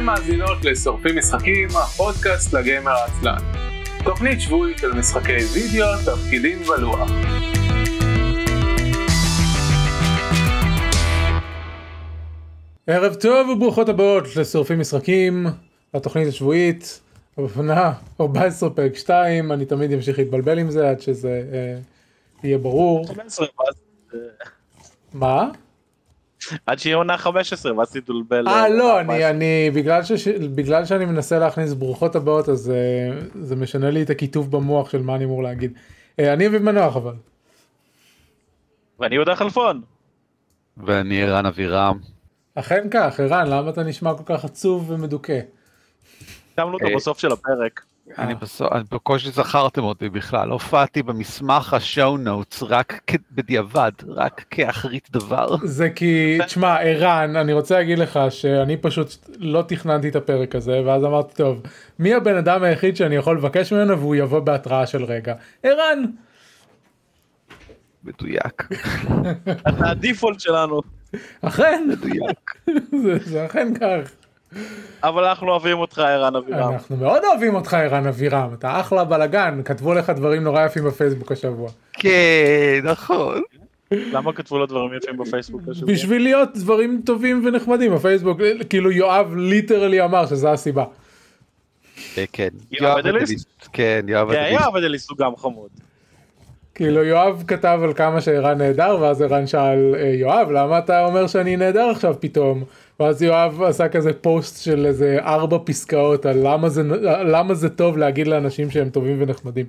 אתן מאזינות לשורפים משחקים, הפודקאסט לגיימר העצלן. תוכנית שבועית של משחקי וידאו, תפקידים ולוח. ערב טוב וברוכות הבאות לשורפים משחקים, התוכנית השבועית, בפנה 14 פרק 2, אני תמיד אמשיך להתבלבל עם זה עד שזה יהיה ברור. 15, מה? עד שיהיה עונה 15, ואז תתבלבל. לא, אני בגלל שאני מנסה להכניס ברוכות הבאות, אז זה משנה לי את הכיתוב במוח של מה אני אמור להגיד. אני אביב מנוח אבל. ואני יהודה חלפון. ואני ערן אבירם. אכן כך, ערן, למה אתה נשמע כל כך עצוב ומדוכא? שמנו אותו בסוף של הפרק. אני בקושי זכרתם אותי בכלל, הופעתי במסמך השואו נוטס רק בדיעבד, רק כאחרית דבר. זה כי, תשמע, ערן, אני רוצה להגיד לך שאני פשוט לא תכננתי את הפרק הזה, ואז אמרתי, טוב, מי הבן אדם היחיד שאני יכול לבקש ממנו והוא יבוא בהתראה של רגע? ערן! מדויק. אתה הדיפולט שלנו. אכן. מדויק. זה אכן כך. אבל אנחנו אוהבים אותך, ערן אבירם. אנחנו מאוד אוהבים אותך, ערן אבירם. אתה אחלה בלגן, כתבו לך דברים נורא יפים בפייסבוק השבוע. כן, נכון. למה כתבו לו דברים יפים בפייסבוק השבוע? בשביל להיות דברים טובים ונחמדים בפייסבוק, כאילו יואב ליטרלי אמר שזה הסיבה. כן. יואב אדליסט? כן, יואב אדליסט. יואב אדליסט הוא גם חמוד. כאילו יואב כתב על כמה שערן נהדר, ואז ערן שאל, יואב, למה אתה אומר שאני נהדר עכשיו פתאום? ואז יואב עשה כזה פוסט של איזה 4 פסקאות על למה זה טוב להגיד לאנשים שהם טובים ונחמדים.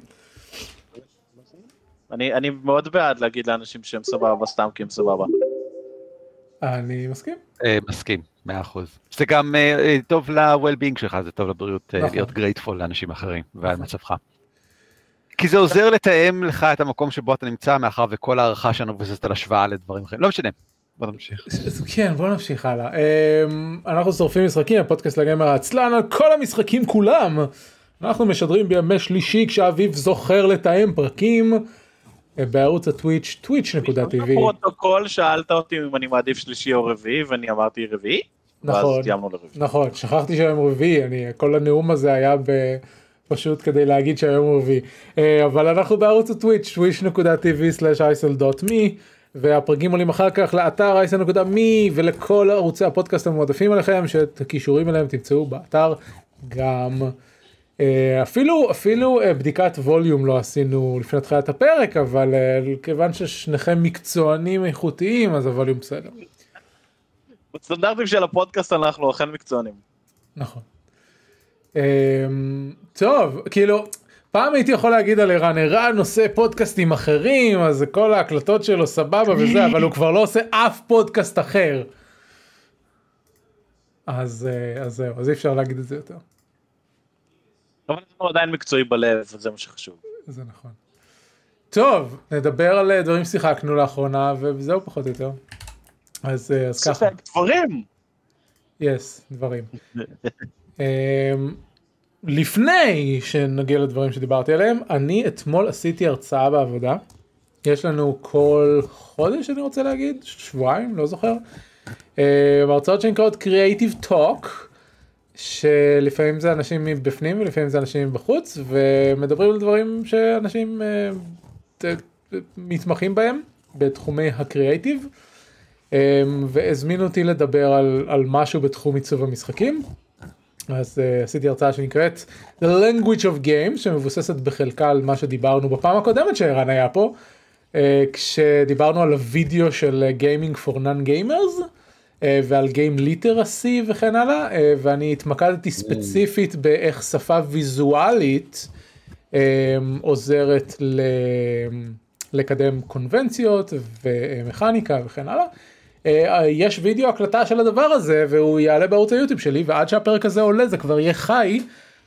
אני מאוד בעד להגיד לאנשים שהם סבבה סתם כי הם סבבה. אני מסכים. מסכים, 100%. זה גם טוב ל-well-being שלך, זה טוב לבריאות, להיות grateful לאנשים אחרים ועל מצבך. כי זה עוזר לתאם לך את המקום שבו אתה נמצא, מאחר וכל הערכה שלנו מבוססת על השוואה לדברים אחרים. לא משנה, בוא נמשיך. כן, בוא נמשיך הלאה. אנחנו שורפים משחקים, הפודקאסט לגיימר העצלן, על כל המשחקים כולם. אנחנו משדרים בימי שלישי, כשאביב זוכר לתאם פרקים, בערוץ הטוויץ', twitch.tv. בפרוטוקול שאלת אותי אם אני מעדיף שלישי או רביעי, ואני אמרתי רביעי, ואז תיימנו לרביעי. נכון, שכחתי שהיום רביעי, כל הנאום הזה היה פשוט כדי להגיד שהיום הוא רביעי. אבל אנחנו בערוץ הטוויץ', twitch.tv/isl.me, והפרקים עולים אחר כך לאתר isl.me, ולכל ערוצי הפודקאסט המועדפים עליכם, שאת הכישורים אליהם תמצאו באתר גם. אפילו בדיקת ווליום לא עשינו לפני תחילת הפרק, אבל כיוון ששניכם מקצוענים איכותיים, אז הווליום בסדר. בסטנדרטים של הפודקאסט אנחנו אכן מקצוענים. נכון. טוב, כאילו, פעם הייתי יכול להגיד על ערן עושה פודקאסטים אחרים, אז כל ההקלטות שלו סבבה וזה, אבל הוא כבר לא עושה אף פודקאסט אחר. אז זהו, אז אי אפשר להגיד את זה יותר. אבל הוא עדיין מקצועי בלב, וזה מה שחשוב. זה נכון. טוב, נדבר על דברים ששיחקנו לאחרונה, וזהו פחות או יותר. אז ככה. שחק דברים! דברים. לפני שנגיע לדברים שדיברתי עליהם, אני אתמול עשיתי הרצאה בעבודה. יש לנו כל חודש, אני רוצה להגיד, שבועיים, לא זוכר. הרצאות שנקראות Creative Talk, שלפעמים זה אנשים מבפנים ולפעמים זה אנשים בחוץ, ומדברים על דברים שאנשים מתמחים בהם, בתחומי הקריאייטיב, והזמינו אותי לדבר על משהו בתחום עיצוב המשחקים. אז עשיתי הרצאה שנקראת The Language of Games, שמבוססת בחלקה על מה שדיברנו בפעם הקודמת שערן היה פה, כשדיברנו על הוידאו של Gaming for Non-Gamers, ועל Game Literacy וכן הלאה, ואני התמקדתי ספציפית באיך שפה ויזואלית עוזרת לקדם קונבנציות ומכניקה וכן הלאה. יש וידאו הקלטה של הדבר הזה, והוא יעלה בערוץ היוטיוב שלי, ועד שהפרק הזה עולה זה כבר יהיה חי.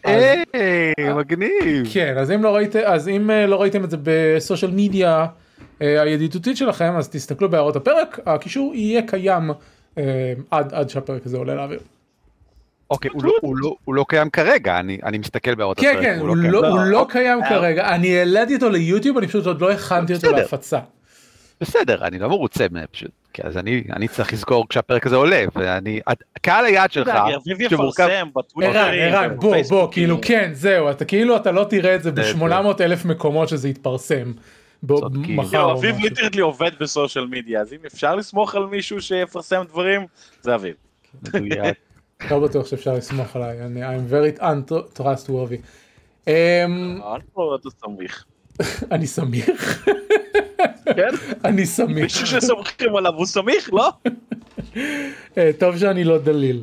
מגניב. כן, אז אם לא ראיתם את זה בסושיאל מדיה הידידותית שלכם, אז תסתכלו בהערות הפרק, הקישור יהיה קיים עד שהפרק הזה עולה לאוויר. אוקיי, הוא לא קיים כרגע, אני מסתכל בהערות הפרק. כן, הוא לא קיים כרגע, אני העליתי אותו ליוטיוב, אני פשוט עוד לא הכנתי אותו להפצה. בסדר, אני לא מרוצה פשוט. אז אני צריך לזכור כשהפרק הזה עולה, קהל היעד שלך, אביב יפרסם בטוויטרים, ערן, בוא, כאילו כן, זהו, אתה לא תראה את זה ב800,000 מקומות שזה יתפרסם. אביב ליטרלי עובד בסושיאל מדיה, אז אם אפשר לסמוך על מישהו שיפרסם דברים, זה אביב. לא בטוח שאפשר לסמוך עליי, I'm very untrustworthy. אתה סמיך. אני סמיך? כן? אני סמיך. מישהו שסומכים עליו הוא סמיך, לא? טוב שאני לא דליל.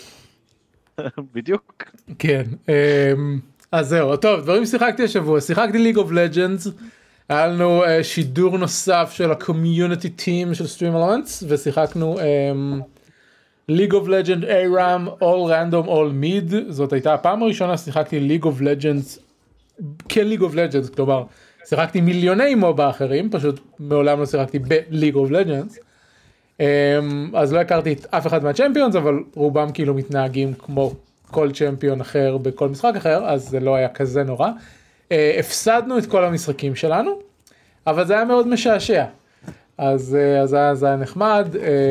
בדיוק. כן. אז זהו, טוב, דברים שיחקתי השבוע. שיחקתי ליג אוף לג'נדס. היה לנו שידור נוסף של הקומיוניטי טים של סטרים אלמנטס, ושיחקנו ליג אוף לג'נד ARAM, All Random All Mid. זאת הייתה הפעם הראשונה ששיחקתי ליג אוף לג'נדס כליג אוף לג'נדס, כלומר שיחקתי מיליוני מובה אחרים, פשוט מעולם לא שיחקתי בליג אוף לג'נדס, אז לא הכרתי את אף אחד מהצ'מפיונס, אבל רובם כאילו מתנהגים כמו כל צ'מפיון אחר בכל משחק אחר, אז זה לא היה כזה נורא. הפסדנו את כל המשחקים שלנו, אבל זה היה מאוד משעשע, אז זה היה נחמד.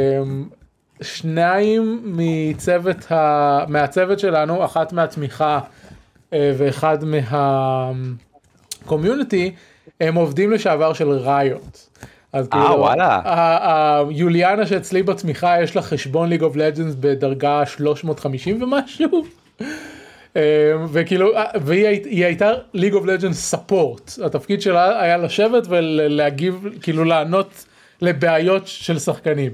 שניים מהצוות שלנו, אחת מהתמיכה ואחד מהקומיוניטי, הם עובדים לשעבר של ריוט. אז וואלה. יוליאנה שאצלי בתמיכה יש לה חשבון ליג אוף לג'נדס בדרגה 350 ומשהו, וכאילו, והיא הייתה ליג אוף לג'נדס ספורט. התפקיד שלה היה לשבת ולהגיב, כאילו לענות לבעיות של שחקנים.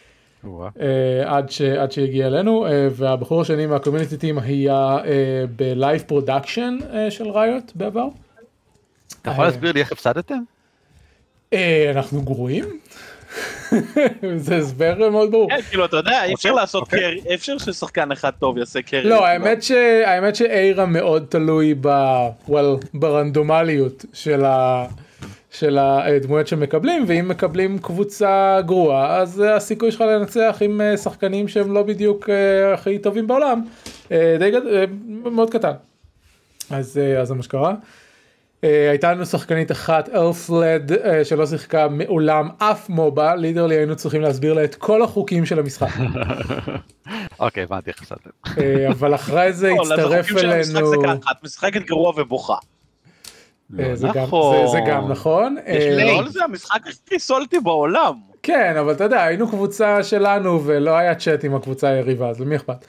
עד שהגיע אלינו, והבחור השני מהקומיוניטי טים היה בלייב פרודקשן של ריוט בעבר. אתה יכול להסביר לי איך הפסדתם? אנחנו גרועים. זה הסבר מאוד ברור. כן, כאילו אתה יודע, אי אפשר לעשות קרי, אי אפשר ששחקן אחד טוב יעשה קרי. לא, האמת שאיירה מאוד תלוי ברנדומליות של הדמויות שמקבלים, ואם מקבלים קבוצה גרועה, אז הסיכוי שלך לנצח עם שחקנים שהם לא בדיוק הכי טובים בעולם, מאוד קטן. אז זה מה שקרה. הייתה לנו שחקנית אחת, אלפלד, שלא שיחקה מעולם אף מובה, ליטרלי היינו צריכים להסביר לה את כל החוקים של המשחק. אוקיי, הבנתי איך עשיתם. אבל אחרי זה הצטרף אלינו... את משחקת גרוע ובוכה. זה גם נכון. זה המשחק הכי סולטי בעולם. כן, אבל אתה יודע, היינו קבוצה שלנו ולא היה צ'אט עם הקבוצה היריבה, אז למי אכפת?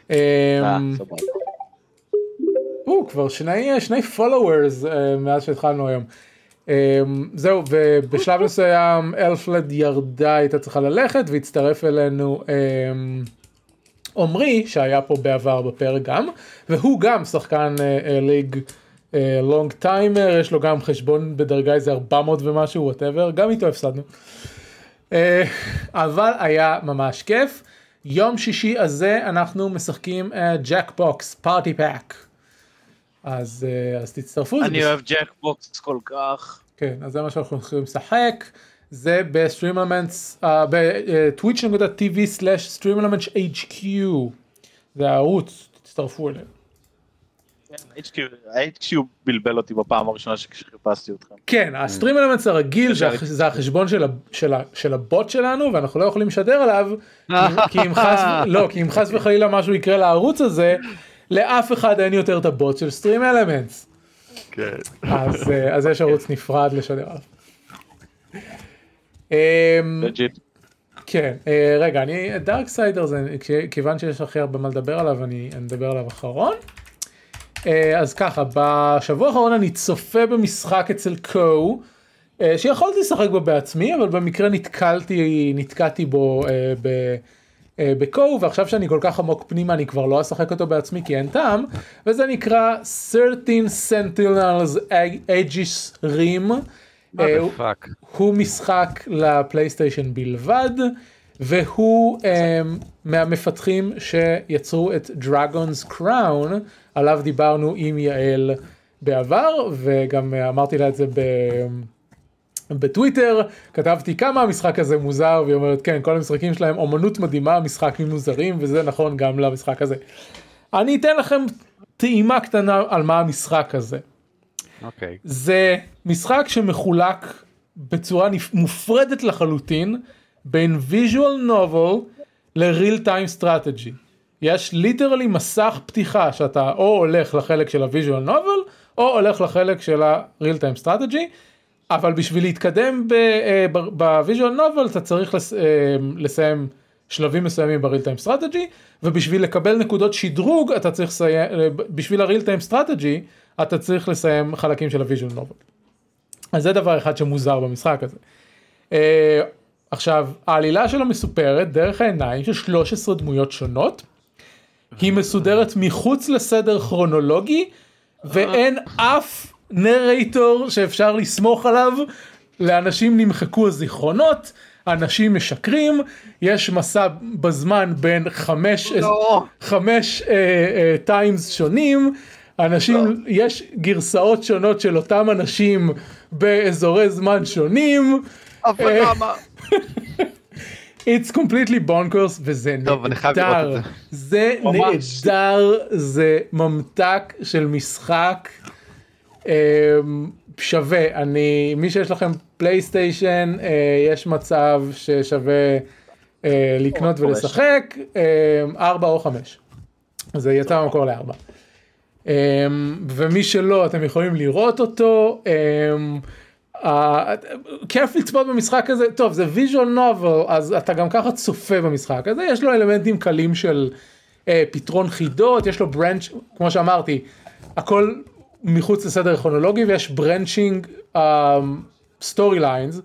כבר שני followers מאז שהתחלנו היום. זהו, ובשלב מסוים אלפלד ירדה, הייתה צריכה ללכת, והצטרף אלינו עומרי, שהיה פה בעבר בפרק גם, והוא גם שחקן ליג לונג טיימר, יש לו גם חשבון בדרגה איזה 400 ומשהו, whatever, גם איתו הפסדנו. אבל היה ממש כיף. יום שישי הזה אנחנו משחקים ג'קבוקס, פארטי פאק. אז תצטרפו. אני אוהב ג'קבוקס כל כך. כן, אז זה מה שאנחנו יכולים לשחק. זה בסטרים אלמנטס, ב-twitch.tv/streamelements.hq. זה הערוץ, תצטרפו אליהם. ה-HQ בלבל אותי בפעם הראשונה שחיפשתי אתכם. כן, הסטרים אלמנטס הרגיל זה החשבון של הבוט שלנו, ואנחנו לא יכולים לשדר עליו, כי אם חס וחלילה משהו יקרה לערוץ הזה, לאף אחד אין יותר את הבוט של סטרים אלמנטס. כן. אז יש ערוץ נפרד לשדר עליו. לג'יט. כן, רגע, דארקסיידר, כיוון שיש הכי הרבה מה לדבר עליו, אני אדבר עליו אחרון. אז ככה, בשבוע האחרון אני צופה במשחק אצל קו, שיכולתי לשחק בו בעצמי, אבל במקרה נתקעתי בו בקו, ועכשיו שאני כל כך עמוק פנימה, אני כבר לא אשחק אותו בעצמי, כי אין טעם, וזה נקרא 13 Sentinels Aegis Rim. הוא משחק לפלייסטיישן בלבד, והוא מהמפתחים שיצרו את Dragon's Crown, עליו דיברנו עם יעל בעבר, וגם אמרתי לה את זה בטוויטר, כתבתי כמה המשחק הזה מוזר, והיא אומרת כן, כל המשחקים שלהם אומנות מדהימה, משחקים מוזרים, וזה נכון גם למשחק הזה. אני אתן לכם טעימה קטנה על מה המשחק הזה. אוקיי. זה משחק שמחולק בצורה מופרדת לחלוטין, בין visual novel ל-real time strategy. יש ליטרלי מסך פתיחה שאתה או הולך לחלק של ה-visual novel, או הולך לחלק של ה-real time strategy, אבל בשביל להתקדם ב-visual novel אתה צריך לסיים שלבים מסוימים ב-real time strategy, ובשביל לקבל נקודות שדרוג, אתה צריך לסיים, בשביל ה-real time strategy, אתה צריך לסיים חלקים של ה-visual novel. אז זה דבר אחד שמוזר במשחק הזה. עכשיו, העלילה שלו מסופרת דרך העיניים של 13 דמויות שונות, היא מסודרת מחוץ לסדר כרונולוגי, ואין אף נרייטור שאפשר לסמוך עליו, לאנשים נמחקו הזיכרונות, אנשים משקרים, יש מסע בזמן בין 5 טיימס שונים, אנשים, יש גרסאות שונות של אותם אנשים באזורי זמן שונים. אבל למה? It's completely bonkers, וזה נהדר, זה נהדר, זה ממתק של משחק שווה. מי שיש לכם פלייסטיישן, יש מצב ששווה לקנות ולשחק, 4 או 5, זה יצא במקור ל4. ומי שלא, אתם יכולים לראות אותו. כיף לצפות במשחק הזה, טוב, זה visual novel, אז אתה גם ככה צופה במשחק הזה, יש לו אלמנטים קלים של פתרון חידות, יש לו ברנץ', כמו שאמרתי, הכל מחוץ לסדר כרונולוגי, ויש ברנצ'ינג סטורי ליינס,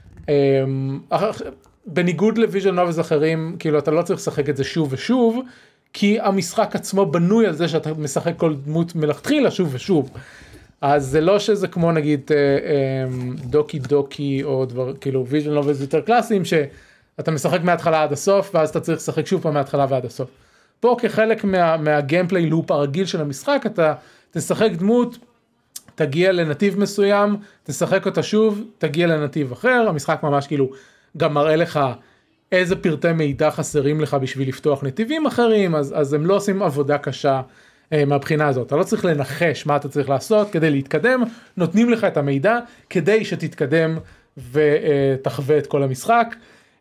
בניגוד לוויז'ואל נובלס אחרים, כאילו אתה לא צריך לשחק את זה שוב ושוב, כי המשחק עצמו בנוי על זה שאתה משחק כל דמות מלכתחילה שוב ושוב. אז זה לא שזה כמו נגיד דוקי דוקי או דבר, כאילו ויז'ואל נובלס יותר קלאסיים, שאתה משחק מההתחלה עד הסוף, ואז אתה צריך לשחק שוב פעם מההתחלה ועד הסוף. פה כחלק מהגיימפליי לופ הרגיל של המשחק, אתה תשחק דמות, תגיע לנתיב מסוים, תשחק אותה שוב, תגיע לנתיב אחר, המשחק ממש כאילו גם מראה לך איזה פרטי מידע חסרים לך בשביל לפתוח נתיבים אחרים, אז הם לא עושים עבודה קשה מהבחינה הזאת. אתה לא צריך לנחש מה אתה צריך לעשות כדי להתקדם, נותנים לך את המידע כדי שתתקדם ותחווה את כל המשחק.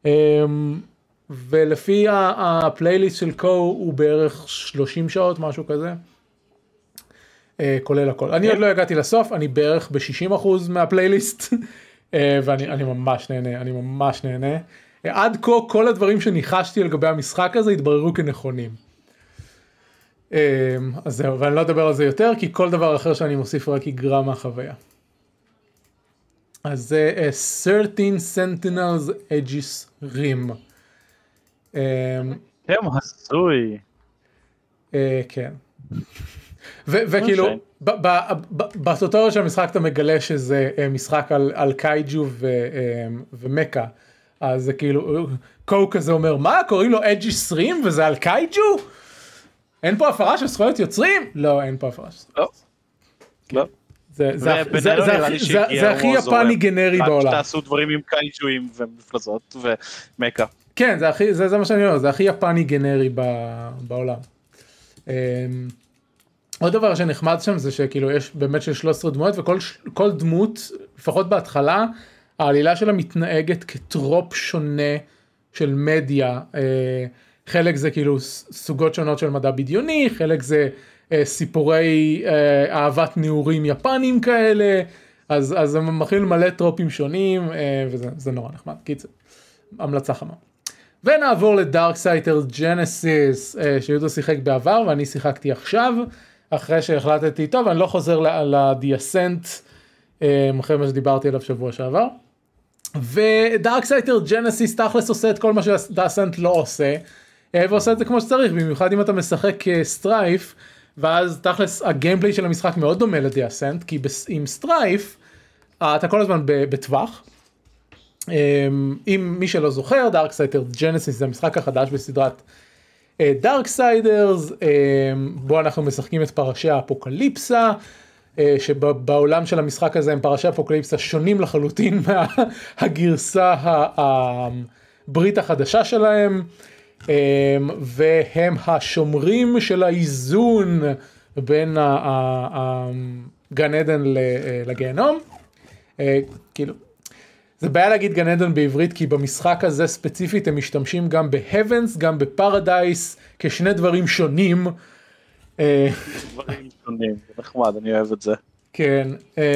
ולפי הפלייליסט של קו הוא בערך 30 שעות, משהו כזה. כולל הכל. אני עוד לא הגעתי לסוף, אני בערך ב-60% מהפלייליסט, ואני ממש נהנה, עד כה כל הדברים שניחשתי על גבי המשחק הזה התבררו כנכונים. אז זהו, ואני לא אדבר על זה יותר, כי כל דבר אחר שאני מוסיף רק יגרע מהחוויה. אז זה 13 Sentinels Aegis Rim. הם הזוי. כן. וכאילו, בסוטוריה של המשחק אתה מגלה שזה משחק על קייג'ו ומקה, אז זה כאילו, קו כזה אומר, מה, קוראים לו Aegis Rim וזה על קייג'ו? אין פה הפרה של זכויות יוצרים? לא, אין פה הפרה של זכויות. לא. זה הכי יפני גנרי בעולם. רק שתעשו דברים עם קייג'ויים ומפלזות ומקה. כן, זה מה שאני אומר, זה הכי יפני גנרי בעולם. עוד דבר שנחמד שם זה שכאילו יש באמת של 13 דמויות, וכל דמות, לפחות בהתחלה, העלילה שלה מתנהגת כטרופ שונה של מדיה. חלק זה כאילו סוגות שונות של מדע בדיוני, חלק זה סיפורי אהבת נעורים יפנים כאלה, אז זה מכיל מלא טרופים שונים, וזה נורא נחמד. קיצר, המלצה חמה. ונעבור לדארקסיידר ג'נסיס, שיהודה שיחק בעבר ואני שיחקתי עכשיו, אחרי שהחלטתי, טוב, אני לא חוזר לדיאסנט, אחרי מה שדיברתי עליו שבוע שעבר. ודארקסיידר ג'נסיס תכלס עושה את כל מה שדיאסנט לא עושה, ועושה את זה כמו שצריך, במיוחד אם אתה משחק סטרייף, ואז תכלס הגיימפליי של המשחק מאוד דומה לדיאסנט, כי עם סטרייף אתה כל הזמן בטווח. אם מי שלא זוכר, דארקסיידר ג'נסיס זה המשחק החדש בסדרת דארקסיידרס, בו אנחנו משחקים את פרשי האפוקליפסה, שבעולם של המשחק הזה הם פרשי האפוקליפסה שונים לחלוטין מהגרסה הברית החדשה שלהם, והם השומרים של האיזון בין הגן עדן לגיהנום. כאילו, זה בעיה להגיד גן עדן בעברית, כי במשחק הזה ספציפית הם משתמשים גם ב-Heavens, גם בפרדייס, כשני דברים שונים. דברים שונים, זה נחמד, אני אוהב את זה. כן,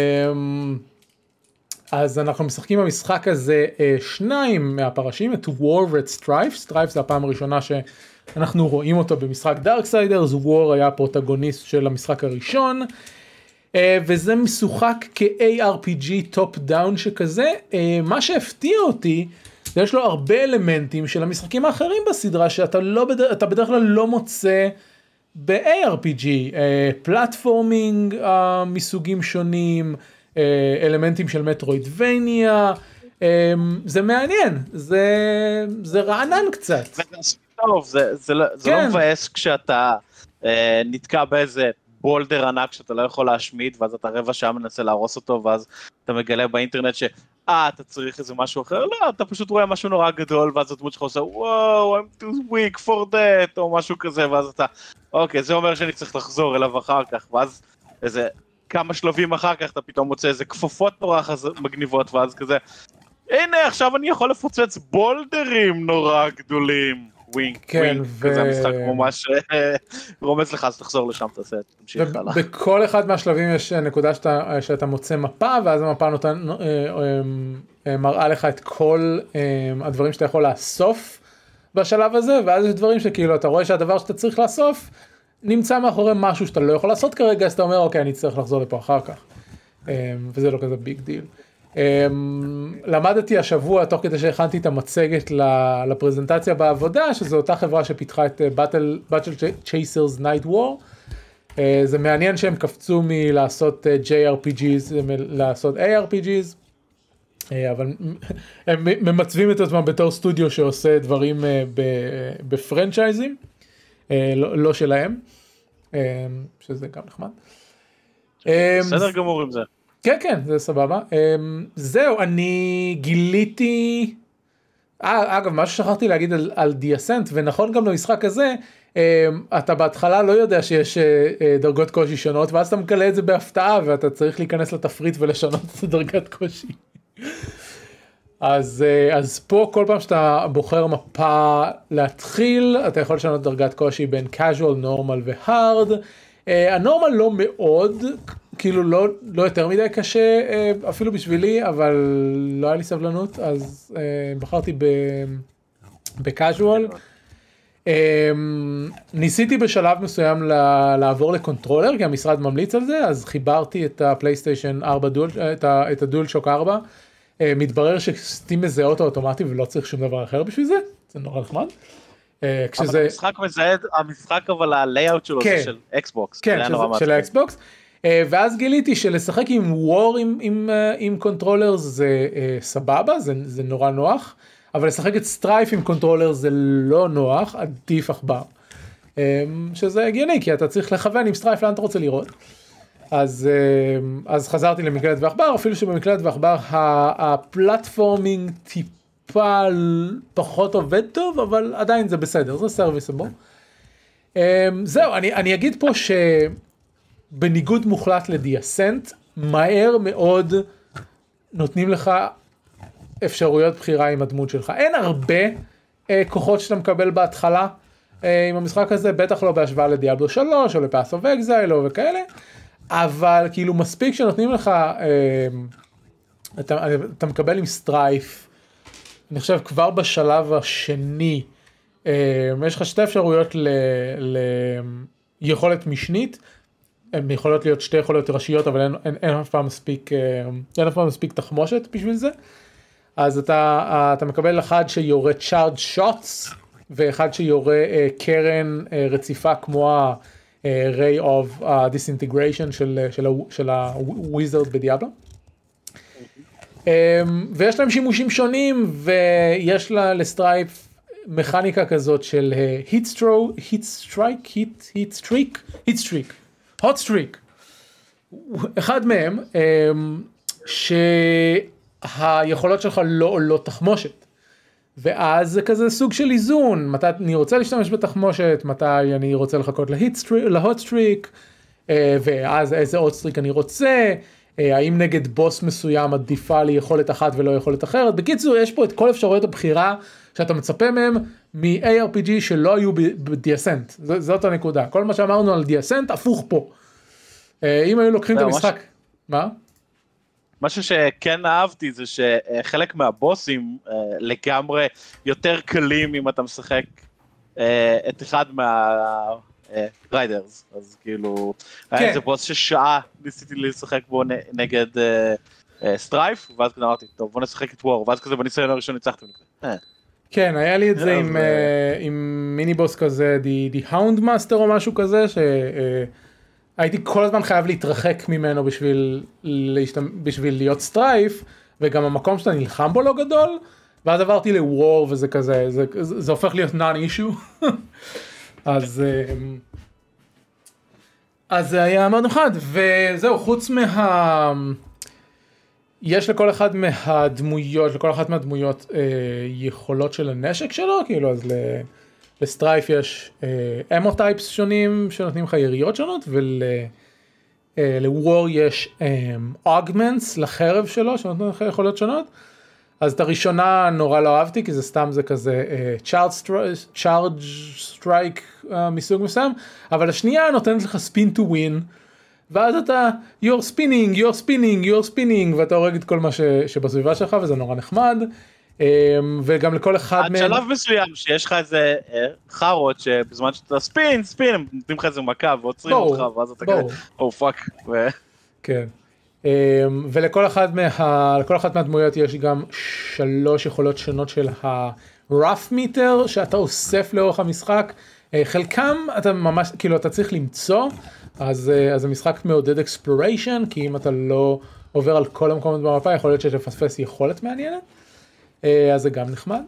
אז אנחנו משחקים במשחק הזה שניים מהפרשים, את War ואת Strife. Strife זה הפעם הראשונה שאנחנו רואים אותו במשחק Darksiders, War היה הפרוטגוניסט של המשחק הראשון, וזה משוחק כ-ARPG טופ דאון שכזה. מה שהפתיע אותי, יש לו הרבה אלמנטים של המשחקים האחרים בסדרה, שאתה בדרך כלל לא מוצא ב-ARPG, פלטפורמינג מסוגים שונים, אלמנטים של מטרוידבניה, זה מעניין, זה רענן קצת. טוב, זה לא מבאס כשאתה נתקע באיזה בולדר ענק שאתה לא יכול להשמיד, ואז אתה רבע שעה מנסה להרוס אותו, ואז אתה מגלה באינטרנט אתה צריך איזה משהו אחר, לא, אתה פשוט רואה משהו נורא גדול, ואז הדמות שלך עושה, וואו, I'm too weak for that, או משהו כזה, ואז אתה, אוקיי, זה אומר שאני צריך לחזור אליו אחר כך, ואז איזה כמה שלבים אחר כך, אתה פתאום מוצא איזה כפופות נורא מגניבות, ואז כזה, הנה, עכשיו אני יכול לפוצץ בולדרים נורא גדולים. ווינק, כן, כזה המשחק ממש רומז לך, אז תחזור לשם, תמשיך הלאה. בכל אחד מהשלבים יש נקודה שאתה מוצא מפה, ואז המפה מראה לך את כל הדברים שאתה יכול לאסוף בשלב הזה, ואז יש דברים שכאילו אתה רואה שהדבר שאתה צריך לאסוף, נמצא מאחורי משהו שאתה לא יכול לעשות כרגע, אז אתה אומר, אוקיי, אני צריך לחזור לפה אחר כך. וזה לא כזה ביג דיל. למדתי השבוע, תוך כדי שהכנתי את המצגת לפרזנטציה בעבודה, שזו אותה חברה שפיתחה את Battle Chasers Night War. זה מעניין שהם קפצו מלעשות JRPGs, לעשות ARPGs, אבל הם ממצבים את עצמם בתור סטודיו שעושה דברים בפרנצ'ייזים, לא שלהם, שזה גם נחמד. בסדר גמור עם זה. כן, כן, זה סבבה. זהו, אני גיליתי, אגב, מה ששכחתי להגיד על דיאסנט, ונכון גם במשחק הזה, אתה בהתחלה לא יודע שיש דרגות קושי שונות, ואז אתה מקלה את זה בהפתעה, ואתה צריך להיכנס לתפריט ולשנות את דרגת קושי. אז פה כל פעם שאתה בוחר מפה להתחיל, אתה יכול לשנות דרגת קושי בין casual, normal ו-hard. הנורמל לא מאוד, כאילו לא יותר מדי קשה, אפילו בשבילי, אבל לא היה לי סבלנות, אז בחרתי בקאז'ואל. ניסיתי בשלב מסוים לעבור לקונטרולר, כי המשרד ממליץ על זה, אז חיברתי את הפלייסטיישן 4, את הדואל שוק 4, מתברר שסטים מזהה אותו אוטומטי ולא צריך שום דבר אחר בשביל זה, זה נורא נחמד. אבל המשחק מזהה, המשחק אבל הלייאוט שלו זה של אקסבוקס. כן, של האקסבוקס. ואז גיליתי שלשחק עם וור עם קונטרולר זה סבבה, זה נורא נוח, אבל לשחק את סטרייף עם קונטרולר זה לא נוח, עדיף עכבר. שזה הגיוני, כי אתה צריך לכוון עם סטרייף לאן אתה רוצה לראות. אז חזרתי למקלדת ועכבר, אפילו שבמקלדת ועכבר הפלטפורמינג טיפה פחות עובד טוב, אבל עדיין זה בסדר, זה סרוויסבול. זהו, אני אגיד פה שבניגוד מוחלט לדיאסנט, מהר מאוד נותנים לך אפשרויות בחירה עם הדמות שלך. אין הרבה כוחות שאתה מקבל בהתחלה עם המשחק הזה, בטח לא בהשוואה לדיאבלו 3 או לפאס אוף אקזייל או וכאלה, אבל כאילו מספיק שנותנים לך, אתה מקבל עם סטרייף, אני חושב כבר בשלב השני, יש לך שתי אפשרויות ליכולת משנית, הן יכולות להיות שתי יכולות ראשיות, אבל אין אף פעם מספיק תחמושת בשביל זה. אז אתה מקבל אחד שיורה charge shots, ואחד שיורה קרן רציפה כמו ה-ray of disintegration של ה-wizard בדיאבלו. ויש להם שימושים שונים, ויש לסטרייפ מכניקה כזאת של hot streak. אחד מהם, שהיכולות שלך לא עולות תחמושת. ואז זה כזה סוג של איזון, מתי אני רוצה להשתמש בתחמושת, מתי אני רוצה לחכות להוט סטריק, ואז איזה עוד סטריק אני רוצה, האם נגד בוס מסוים עדיפה לי יכולת אחת ולא יכולת אחרת. בקיצור, יש פה את כל אפשרויות הבחירה שאתה מצפה מהם מ-ARPG שלא היו ב-Descent. זאת הנקודה. כל מה שאמרנו על Descent הפוך פה. אם היו לוקחים את המשחק... מה? משהו שכן אהבתי זה שחלק מהבוסים לגמרי יותר קלים אם אתה משחק את אחד מהריידרס, אז כאילו היה איזה בוס ששעה ניסיתי לשחק בו נגד סטרייף, ואז כזה אמרתי, טוב בוא נשחק את וור, ואז כזה בניסיון הראשון ניצחתי. כן, היה לי את זה עם מיני בוס כזה, The Hound Master או משהו כזה, הייתי כל הזמן חייב להתרחק ממנו בשביל להיות סטרייף, וגם המקום שאתה נלחם בו לא גדול, ואז עברתי לוור וזה כזה, זה הופך להיות non-issue. אז זה היה מאוד נחמד, וזהו, חוץ יש לכל אחד מהדמויות יכולות של הנשק שלו, כאילו אז לסטרייף יש אמוטייפס שונים שנותנים לך יריות שונות, ולוור יש אוגמנטס לחרב שלו שנותנים לך יכולות שונות. אז את הראשונה נורא לא אהבתי, כי זה סתם זה כזה צ'ארג' סטרייק מסוג מסוים, אבל השנייה נותנת לך ספין טו ווין, ואז אתה you're spinning, ואתה הורג את כל מה שבסביבה שלך, וזה נורא נחמד. וגם לכל אחד עד שלב מסוים שיש לך איזה חרות שבזמן שאתה ספין, הם נותנים לך איזה מכה ועוצרים אותך, ואז אתה כזה, פאק. כן. ולכל אחת מהדמויות יש גם 3 יכולות שונות של ה-rough meter שאתה אוסף לאורך המשחק. חלקם אתה ממש, כאילו אתה צריך למצוא, אז המשחק מעודד exploration, כי אם אתה לא עובר על כל המקומות במפה, יכול להיות שתפספס יכולת מעניינת. אז זה גם נחמד.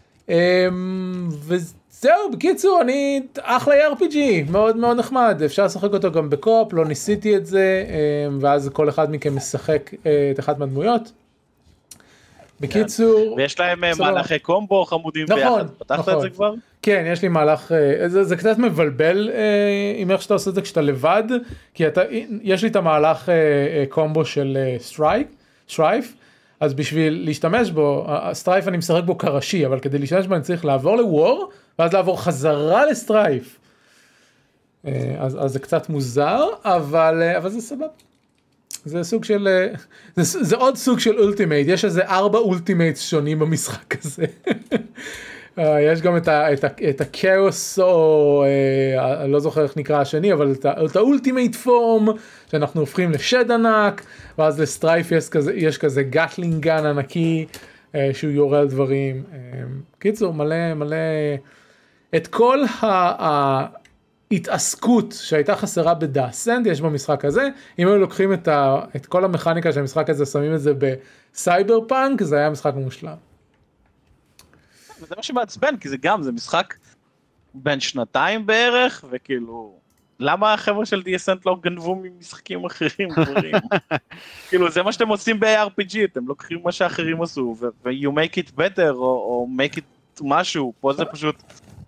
וזהו, בקיצור, אני אחלה RPG, מאוד מאוד נחמד, אפשר לשחק אותו גם בקופ, לא ניסיתי את זה, ואז כל אחד מכם משחק את אחת מהדמויות. בקיצור... ויש להם מהלכי קומבו חמודים ביחד, פתחת את זה כבר? כן, יש לי מהלך, זה קצת מבלבל עם איך שאתה עושה את זה כשאתה לבד, כי יש לי את המהלך קומבו של סטרייף, אז בשביל להשתמש בו, סטרייף אני משחק בו כראשי, אבל כדי להשתמש בו אני צריך לעבור לוור, ואז לעבור חזרה לסטרייף. אז זה קצת מוזר, אבל זה סבב. זה סוג של, זה עוד סוג של אולטימייט, יש איזה 4 אולטימייטס שונים במשחק הזה. יש גם את הכאוס, או אני לא זוכר איך נקרא השני, אבל את האולטימייט פורם, שאנחנו הופכים לשד ענק, ואז לסטרייף יש כזה גאטלינג גן ענקי, שהוא יורה על דברים. קיצור, מלא, את כל ההתעסקות שהייתה חסרה בדאסנט, יש במשחק הזה. אם היו לוקחים את כל המכניקה של המשחק הזה, שמים את זה בסייבר פאנק, זה היה משחק מושלם. וזה מה שמעצבן, כי זה משחק בין 2 בערך, וכאילו, למה החבר'ה של DSN לא גנבו ממשחקים אחרים? כאילו, זה מה שאתם עושים ב-RPG, אתם לוקחים מה שאחרים עשו, ו-you make it better, או make it משהו, פה זה פשוט,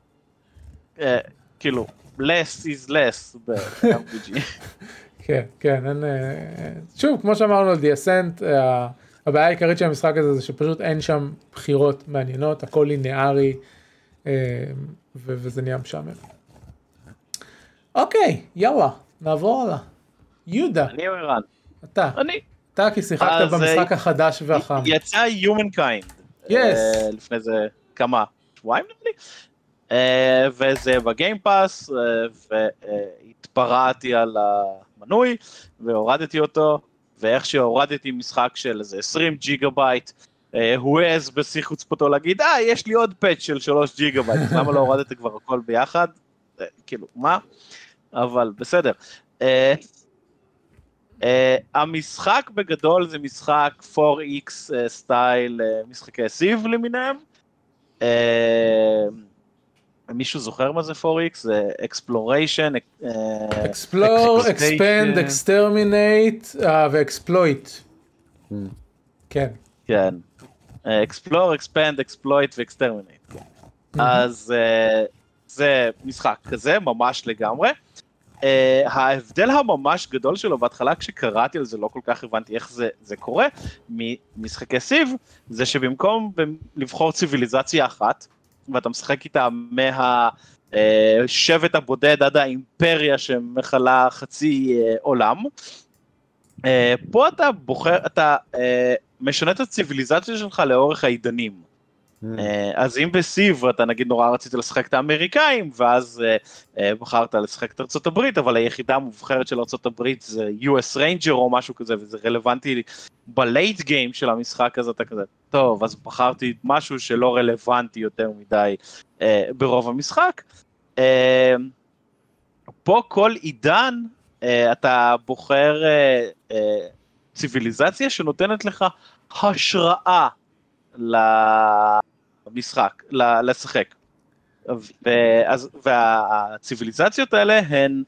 כאילו, less is less ב-RPG. כן, שוב, כמו שאמרנו על DSN, הבעיה העיקרית של המשחק הזה זה שפשוט אין שם בחירות מעניינות, הכל לינארי, וזה נהיה משעמם. אוקיי, יאללה, נעבור הלאה. יהודה. אני ערן. אתה כי שיחקת במשחק החדש והחם. יצא Humankind. לפני זה כמה שבועיים נראה לי. וזה בגיימפאס, והתפרעתי על המנוי, והורדתי אותו. ואיך שהורדתי משחק של איזה 20 ג'יגה בייט, הוא העז בשיא חוצפתו להגיד, יש לי עוד פאץ' של 3 ג'יגה בייט, למה לא הורדתי כבר הכל ביחד? כאילו, מה? אבל בסדר. המשחק בגדול זה משחק 4X סטייל, משחקי סיב למיניהם. מישהו זוכר מה זה 4X? זה Exploration, Explore, Expand, Exterminate ו-Exploit. כן. כן. Explore, Expand, Exploit ו-Exterminate. אז זה משחק כזה, ממש לגמרי. ההבדל הממש גדול שלו, בהתחלה כשקראתי על זה לא כל כך הבנתי איך זה קורה, ממשחקי סיב, זה שבמקום לבחור ציוויליזציה אחת, ואתה משחק איתה מהשבט הבודד עד האימפריה שמכלה חצי עולם, פה אתה בוחר, אתה משנה את הציוויליזציה שלך לאורך העידנים. אז אם בסיב אתה נגיד נורא רצית לשחק את האמריקאים, ואז בחרת לשחק את ארצות הברית, אבל היחידה המובחרת של ארצות הברית זה US Ranger או משהו כזה, וזה רלוונטי בלייט גיים של המשחק, אז אתה כזה, טוב, אז בחרתי משהו שלא רלוונטי יותר מדי ברוב המשחק. פה כל עידן אתה בוחר ציוויליזציה שנותנת לך השראה למשחק, לשחק. והציוויליזציות האלה הן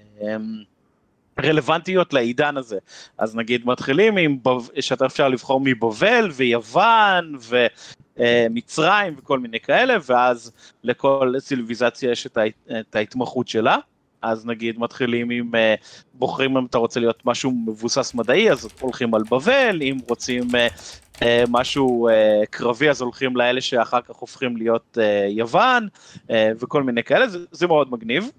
רלוונטיות לעידן הזה. אז נגיד מתחילים עם שאתה אפשר לבחור מבבל ויוון ומצרים וכל מיני כאלה, ואז לכל ציוויליזציה יש את ההתמחות שלה. אז נגיד מתחילים עם, בוחרים אם אתה רוצה להיות משהו מבוסס מדעי, אז הולכים על בבל, אם רוצים משהו קרבי, אז הולכים לאלה שאחר כך הופכים להיות יוון, וכל מיני כאלה, זה מאוד מגניב.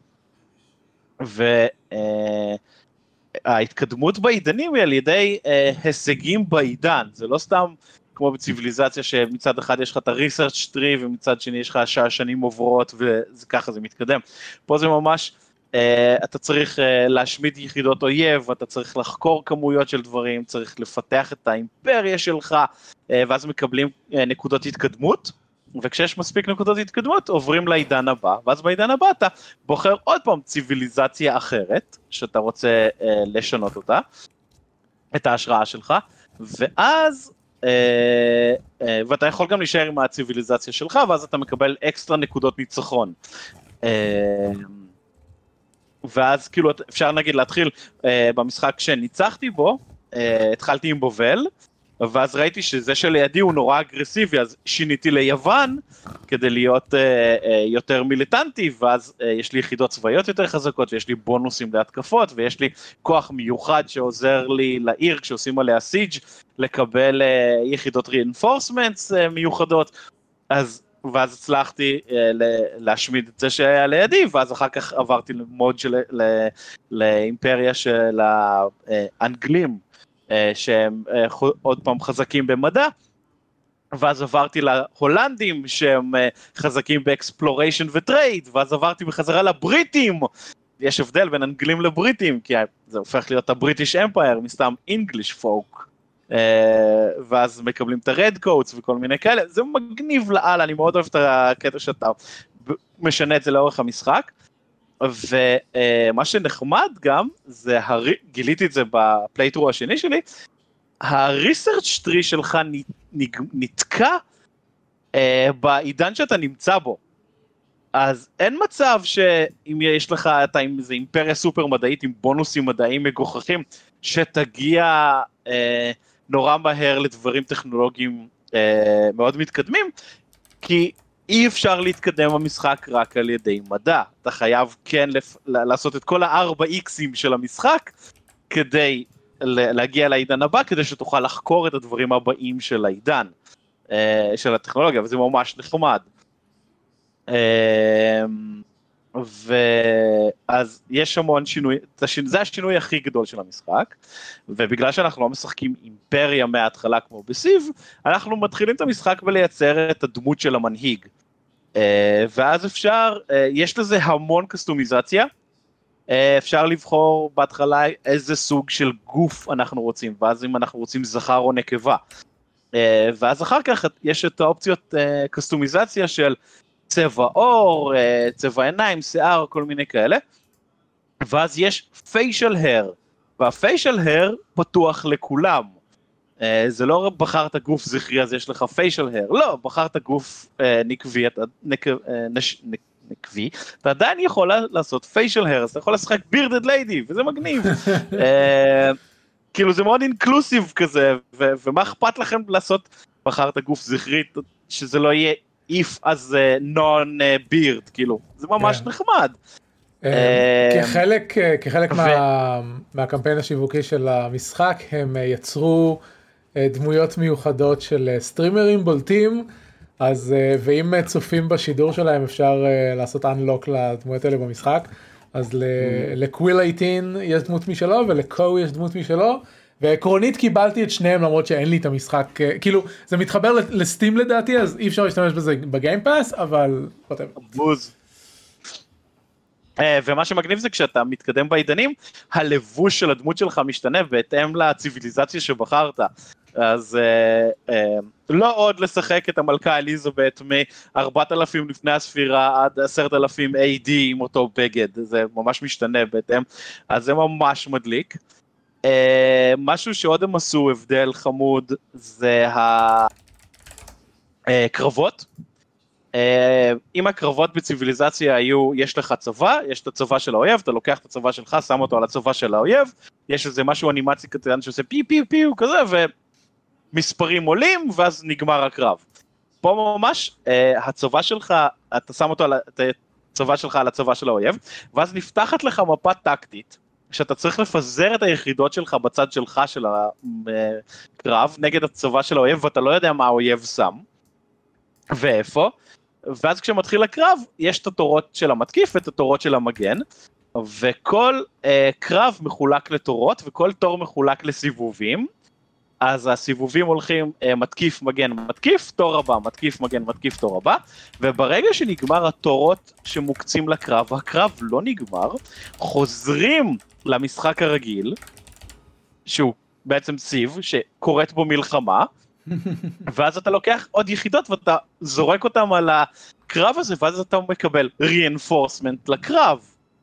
וההתקדמות בעידנים היא על ידי הישגים בעידן, זה לא סתם כמו בציוויליזציה שמצד אחד יש לך את ה-research tree, ומצד שני יש לך שהשנים עוברות, וככה זה מתקדם. פה זה ממש, אתה צריך להשמיד יחידות אויב, אתה צריך לחקור כמויות של דברים, צריך לפתח את האימפריה שלך, ואז מקבלים נקודות התקדמות, וכשיש מספיק נקודות התקדמות, עוברים לעידן הבא, ואז בעידן הבא אתה בוחר עוד פעם ציוויליזציה אחרת, שאתה רוצה לשנות אותה, את ההשראה שלך, ואז, ואתה יכול גם להישאר עם הציוויליזציה שלך, ואז אתה מקבל אקסטרה נקודות ניצחון. ואז כאילו אפשר נגיד להתחיל במשחק שניצחתי בו, התחלתי עם בובל, ואז ראיתי שזה שלידי הוא נורא אגרסיבי, אז שיניתי ליוון כדי להיות יותר מיליטנטי, ואז יש לי יחידות צבאיות יותר חזקות, ויש לי בונוסים להתקפות, ויש לי כוח מיוחד שעוזר לי לעיר כשעושים עליה סיג' לקבל יחידות reinforcements מיוחדות, ואז הצלחתי להשמיד את זה שהיה לידי, ואז אחר כך עברתי למוד לאימפריה של האנגלים, שהם עוד פעם חזקים במדע, ואז עברתי להולנדים שהם חזקים באקספלוריישן וטרייד, ואז עברתי בחזרה לבריטים, יש הבדל בין אנגלים לבריטים, כי זה הופך להיות הבריטיש אמפייר, מסתם אינגליש פוק, ואז מקבלים את הרד קוטס וכל מיני כאלה, זה מגניב לאללה, אני מאוד אוהב את הקטע שאתה משנה את זה לאורך המשחק, ומה שנחמד גם, זה גיליתי את זה בפלייטרו השני שלי, הריסרצ' טרי שלך נתקע בעידן שאתה נמצא בו, אז אין מצב שאם יש לך איזה אימפריה סופר מדעית עם בונוסים מדעיים מגוחכים, שתגיע נורא מהר לדברים טכנולוגיים מאוד מתקדמים, כי אי אפשר להתקדם במשחק רק על ידי מדע, אתה חייב כן לעשות את כל ה-4X'ים של המשחק, כדי להגיע לעידן הבא, כדי שתוכל לחקור את הדברים הבאים של העידן, של הטכנולוגיה, וזה ממש נחמד. ואז יש המון שינוי, זה השינוי הכי גדול של המשחק, ובגלל שאנחנו לא משחקים אימפריה מההתחלה כמו בסיב, אנחנו מתחילים את המשחק ולייצר את הדמות של המנהיג, ואז אפשר, יש לזה המון קסטומיזציה, אפשר לבחור בהתחלה איזה סוג של גוף אנחנו רוצים, ואז אם אנחנו רוצים זכר או נקבה, ואז אחר כך יש את האופציות קסטומיזציה של צבע אור, צבע עיניים, שיער, כל מיני כאלה, ואז יש facial hair, והfacial hair פתוח לכולם, זה לא בחרת גוף זכרי אז יש לך facial hair, לא, בחרת גוף נקבי, נקבי, אתה עדיין יכול לעשות facial hair, אז אתה יכול לשחק bearded lady, וזה מגניב, כאילו זה מאוד אינקלוסיב כזה, ומה אכפת לכם לעשות, בחרת גוף זכרי, שזה לא יהיה if as non-beard, כאילו, זה ממש נחמד. כחלק מהקמפיין השיווקי של המשחק, הם יצרו דמויות מיוחדות של סטרימרים בולטים, אז ואם צופים בשידור שלהם אפשר לעשות unlock לדמויות האלה במשחק, אז לקוויל 18 יש דמות משלו ולקו יש דמות משלו, ועקרונית קיבלתי את שניהם למרות שאין לי את המשחק, כאילו זה מתחבר לסטים לדעתי, אז אי אפשר להשתמש בזה בגיימפאס, אבל בוז. ומה שמגניב זה כשאתה מתקדם בעידנים, הלבוש של הדמות שלך משתנה בהתאם לציוויליזציה שבחרת. אז לא עוד לשחק את המלכה אליזבת מ-4,000 לפני הספירה עד 10,000 AD עם אותו בגד, זה ממש משתנה בהתאם, אז זה ממש מדליק. משהו שעוד הם עשו הבדל חמוד זה הקרבות. אם הקרבות בציוויליזציה היו, יש לך צבא, יש את הצבא של האויב, אתה לוקח את הצבא שלך, שם אותו על הצבא של האויב, יש איזה משהו אנימצי קטן שעושה פי פי פי כזה, ומספרים עולים, ואז נגמר הקרב. פה ממש, הצבא שלך, אתה שם אותו, את הצבא שלך על הצבא של האויב, ואז נפתחת לך מפה טקטית, שאתה צריך לפזר את היחידות שלך בצד שלך של הקרב, נגד הצבא של האויב, ואתה לא יודע מה האויב שם, ואיפה, ואז כשמתחיל הקרב, יש את התורות של המתקיף ואת התורות של המגן, וכל קרב מחולק לתורות, וכל תור מחולק לסיבובים, אז הסיבובים הולכים מתקיף, מגן, מתקיף, תור הבא, מתקיף, מגן, מתקיף, תור הבא, וברגע שנגמר התורות שמוקצים לקרב, הקרב לא נגמר, חוזרים למשחק הרגיל, שהוא בעצם סיב, שקורית בו מלחמה, ואז אתה לוקח עוד יחידות ואתה זורק אותם על הקרב הזה, ואז אתה מקבל reinforcement לקרב.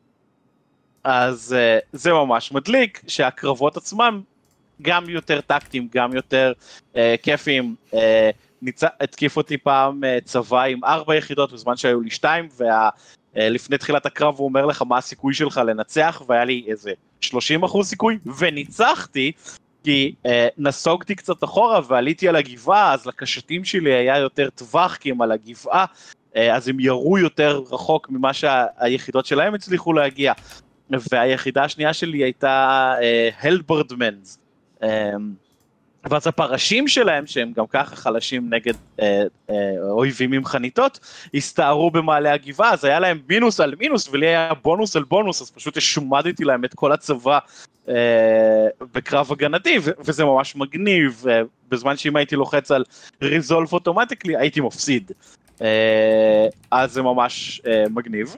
אז זה ממש מדליק, שהקרבות עצמם גם יותר טקטיים, גם יותר כיפיים. התקיף אותי פעם צבא עם 4 יחידות בזמן שהיו לי 2, ולפני תחילת הקרב הוא אומר לך מה הסיכוי שלך לנצח, והיה לי איזה 30% סיכוי, וניצחתי, כי נסוגתי קצת אחורה ועליתי על הגבעה, אז לקשתים שלי היה יותר טווח, כי הם על הגבעה, אז הם ירו יותר רחוק ממה שהיחידות שלהם הצליחו להגיע, והיחידה השנייה שלי הייתה הלברדמנס, ואז הפרשים שלהם, שהם גם ככה חלשים נגד אויבים עם חניתות, הסתערו במעלה הגבעה, אז היה להם מינוס על מינוס, ולי היה בונוס על בונוס, אז פשוט השומדתי להם את כל הצבא בקרב הגנתי, וזה ממש מגניב, בזמן שאם הייתי לוחץ על ריזולף אוטומטיקלי, הייתי מפסיד. אז זה ממש מגניב.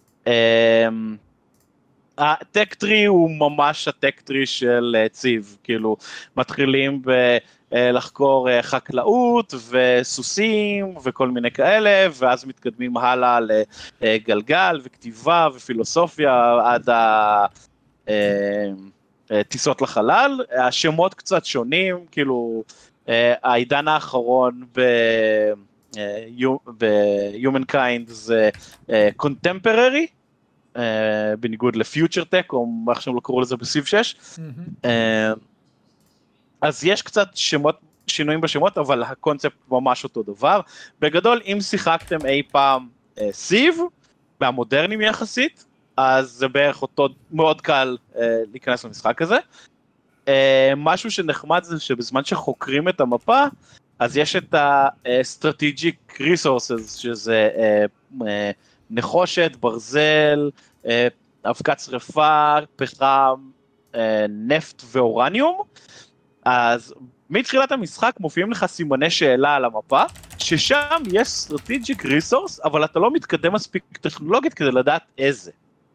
הטק-טרי הוא ממש הטק-טרי של ציב, כאילו מתחילים לחקור חקלאות וסוסים וכל מיני כאלה, ואז מתקדמים הלאה לגלגל וכתיבה ופילוסופיה עד טיסות לחלל. השמות קצת שונים, כאילו העידן האחרון ב-Humankind זה Contemporary, בניגוד לפיוטר טק, או מה עכשיו לא קראו לזה בסיב 6, אז יש קצת שינויים בשמות, אבל הקונספט ממש אותו דבר. בגדול, אם שיחקתם אי פעם סיב, והמודרנים יחסית, אז זה בערך אותו, מאוד קל להיכנס למשחק הזה. משהו שנחמד זה שבזמן שחוקרים את המפה, אז יש את ה-strategic resources, שזה נחושת, ברזל, אבקת שריפה, פחם, נפט ואורניום. אז מתחילת המשחק מופיעים לך סימני שאלה על המפה, ששם יש strategic resource, אבל אתה לא מתקדם מספיק טכנולוגית כדי לדעת איזה.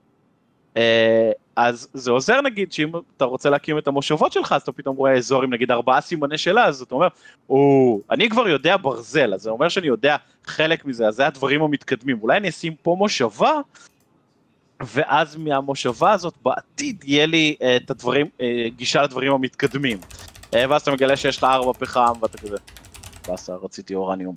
אז זה עוזר נגיד שאם אתה רוצה להקים את המושבות שלך, אז אתה פתאום רואה אזור עם נגיד 4 סימני שאלה, אז אתה אומר, אני כבר יודע ברזל, אז זה אומר שאני יודע חלק מזה, אז זה הדברים המתקדמים, אולי אני אשים פה מושבה, ואז מהמושבה הזאת בעתיד יהיה לי את הדברים, גישה לדברים המתקדמים, ואז אתה מגלה שיש לך 4 פחם, ואתה כזה, בסדר, רציתי אורניום.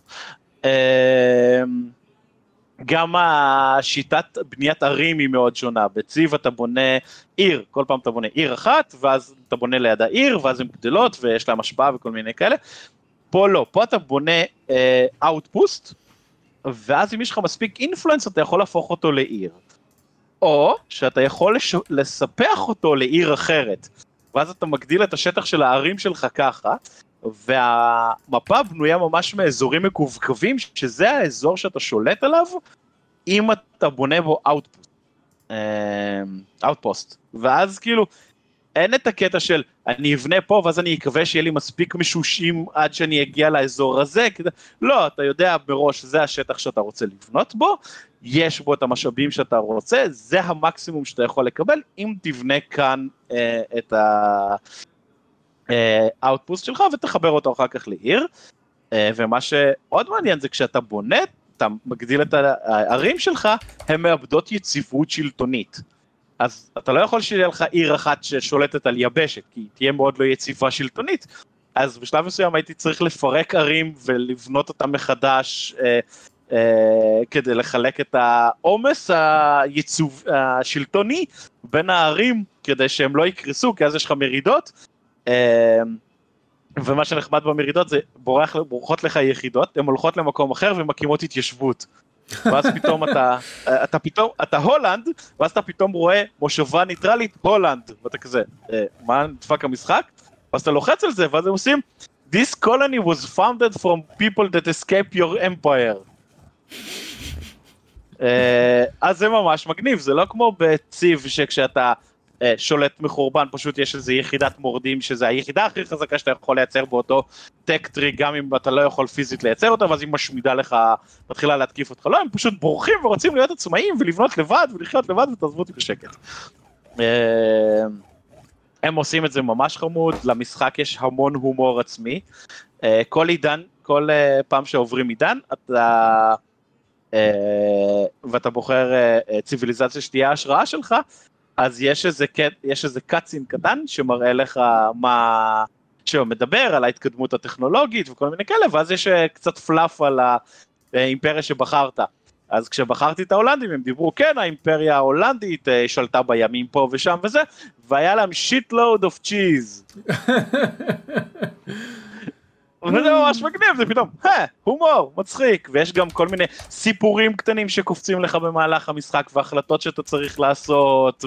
גם השיטת בניית ערים היא מאוד שונה, בציב אתה בונה עיר, כל פעם אתה בונה עיר אחת, ואז אתה בונה לידה עיר, ואז הן גדלות, ויש להם השפעה וכל מיני כאלה. פה לא, פה אתה בונה אאוטפוסט, ואז אם יש לך מספיק אינפלואנס, אתה יכול להפוך אותו לעיר. או שאתה יכול לספח אותו לעיר אחרת, ואז אתה מגדיל את השטח של הערים שלך ככה, והמפה בנויה ממש מאזורים מקווקווים, שזה האזור שאתה שולט עליו, אם אתה בונה בו אאוטפוסט, ואז כאילו, אין את הקטע של אני אבנה פה ואז אני אקווה שיהיה לי מספיק משושים עד שאני אגיע לאזור הזה, לא, אתה יודע בראש זה השטח שאתה רוצה לבנות בו, יש בו את המשאבים שאתה רוצה, זה המקסימום שאתה יכול לקבל, אם תבנה כאן את האוטפוסט שלך ותחבר אותו אחר כך לעיר, ומה שעוד מעניין זה כשאתה בונה, אתה מגדיל את הערים שלך, הן מאבדות יציבות שלטונית. אז אתה לא יכול שיהיה לך עיר אחת ששולטת על יבשת, כי היא תהיה מאוד לא יציבה שלטונית, אז בשלב מסוים הייתי צריך לפרק ערים ולבנות אותם מחדש, כדי לחלק את העומס השלטוני בין הערים, כדי שהם לא יקרסו, כי אז יש לך מרידות, ומה שנחמד במרידות זה בורחות לך יחידות, הן הולכות למקום אחר ומקימות התיישבות. ואז פתאום אתה הולנד, ואז אתה פתאום רואה מושבה ניטרלית הולנד, ואתה כזה, מה נדפק המשחק? ואז אתה לוחץ על זה, ואז הם עושים, This colony was founded from people that escape your empire. אז זה ממש מגניב, זה לא כמו בציב שכשאתה שולט מחורבן, פשוט יש איזו יחידת מורדים, שזה היחידה הכי חזקה שאתה יכול לייצר באותו טק טרי, גם אם אתה לא יכול פיזית לייצר אותה, ואז היא משמידה לך, מתחילה להתקיף אותך, לא, הם פשוט בורחים ורוצים להיות עצמאים, ולבנות לבד, ולחיות לבד, ותעזבו אותי בשקט. הם עושים את זה ממש חמוד, למשחק יש המון הומור עצמי, כל עידן, כל פעם שעוברים עידן, ואתה בוחר ציוויליזציה שתהיה ההשראה שלך, אז יש איזה קאצין קטן שמראה לך מה, שמדבר על ההתקדמות הטכנולוגית וכל מיני כאלה, ואז יש קצת פלאף על האימפריה שבחרת. אז כשבחרתי את ההולנדים הם דיברו, כן, האימפריה ההולנדית שלטה בימים פה ושם וזה, והיה להם שיט-לוד אוף צ'יז. וזה ממש מגניב, זה פתאום, הומור, מצחיק, ויש גם כל מיני סיפורים קטנים שקופצים לך במהלך המשחק, והחלטות שאתה צריך לעשות,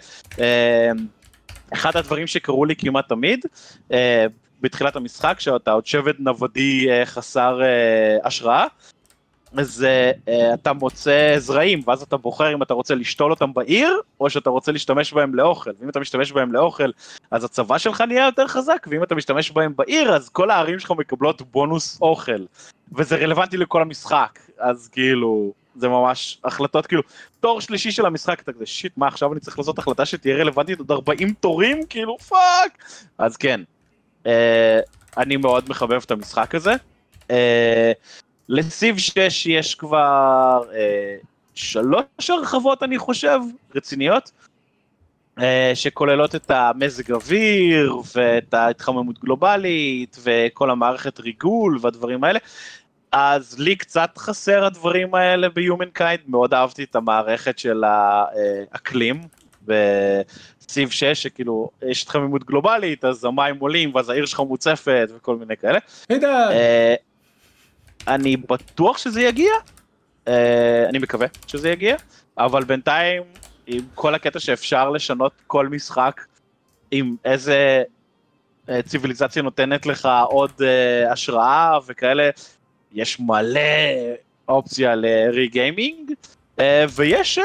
ואחד הדברים שקראו לי כמעט תמיד, בתחילת המשחק, שאתה עוד שבט נוודי חסר השראה, אז אתה מוצא זרעים, ואז אתה בוחר אם אתה רוצה לשתול אותם בעיר, או שאתה רוצה להשתמש בהם לאוכל, ואם אתה משתמש בהם לאוכל, אז הצבא שלך נהיה יותר חזק, ואם אתה משתמש בהם בעיר, אז כל הערים שלך מקבלות בונוס אוכל, וזה רלוונטי לכל המשחק, אז כאילו, זה ממש החלטות, כאילו, תור שלישי של המשחק, אתה כזה, שיט, מה עכשיו אני צריך לעשות החלטה שתהיה רלוונטית עוד 40 תורים, כאילו, פאק, אז כן, אני מאוד מחבב את המשחק הזה, לסיב 6 יש כבר 3 הרחבות אני חושב, רציניות, שכוללות את המזג אוויר ואת ההתחממות גלובלית וכל המערכת ריגול והדברים האלה, אז לי קצת חסר הדברים האלה ב-Humankind, מאוד אהבתי את המערכת של האקלים, בסיב 6 שכאילו יש התחממות גלובלית, אז המים עולים ואז העיר שלך מוצפת וכל מיני כאלה. אני בטוח שזה יגיע, אני מקווה שזה יגיע, אבל בינתיים, עם כל הקטע שאפשר לשנות כל משחק, עם איזה ציוויליזציה נותנת לך עוד השראה וכאלה, יש מלא אופציה ל-re-gaming, ויש,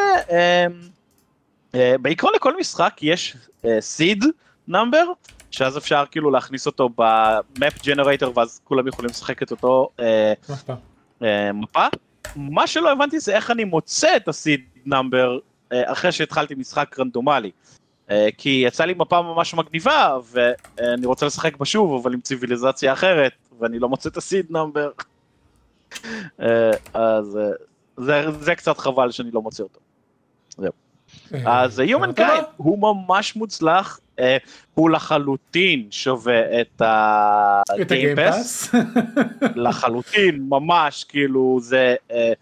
בעיקרון לכל משחק יש seed number, שאז אפשר כאילו להכניס אותו במאפ ג'נרייטר, ואז כולם יכולים לשחק את אותו מפה. מה שלא הבנתי זה איך אני מוצא את הסיד נאמבר, אחרי שהתחלתי משחק רנדומלי. כי יצא לי מפה ממש מגניבה, ואני רוצה לשחק בה שוב, אבל עם ציוויליזציה אחרת, ואני לא מוצא את הסיד נאמבר. אז זה קצת חבל שאני לא מוצא אותו. זהו. אז Humankind הוא ממש מוצלח, הוא לחלוטין שווה את ה-Game Pass, לחלוטין ממש, כאילו זה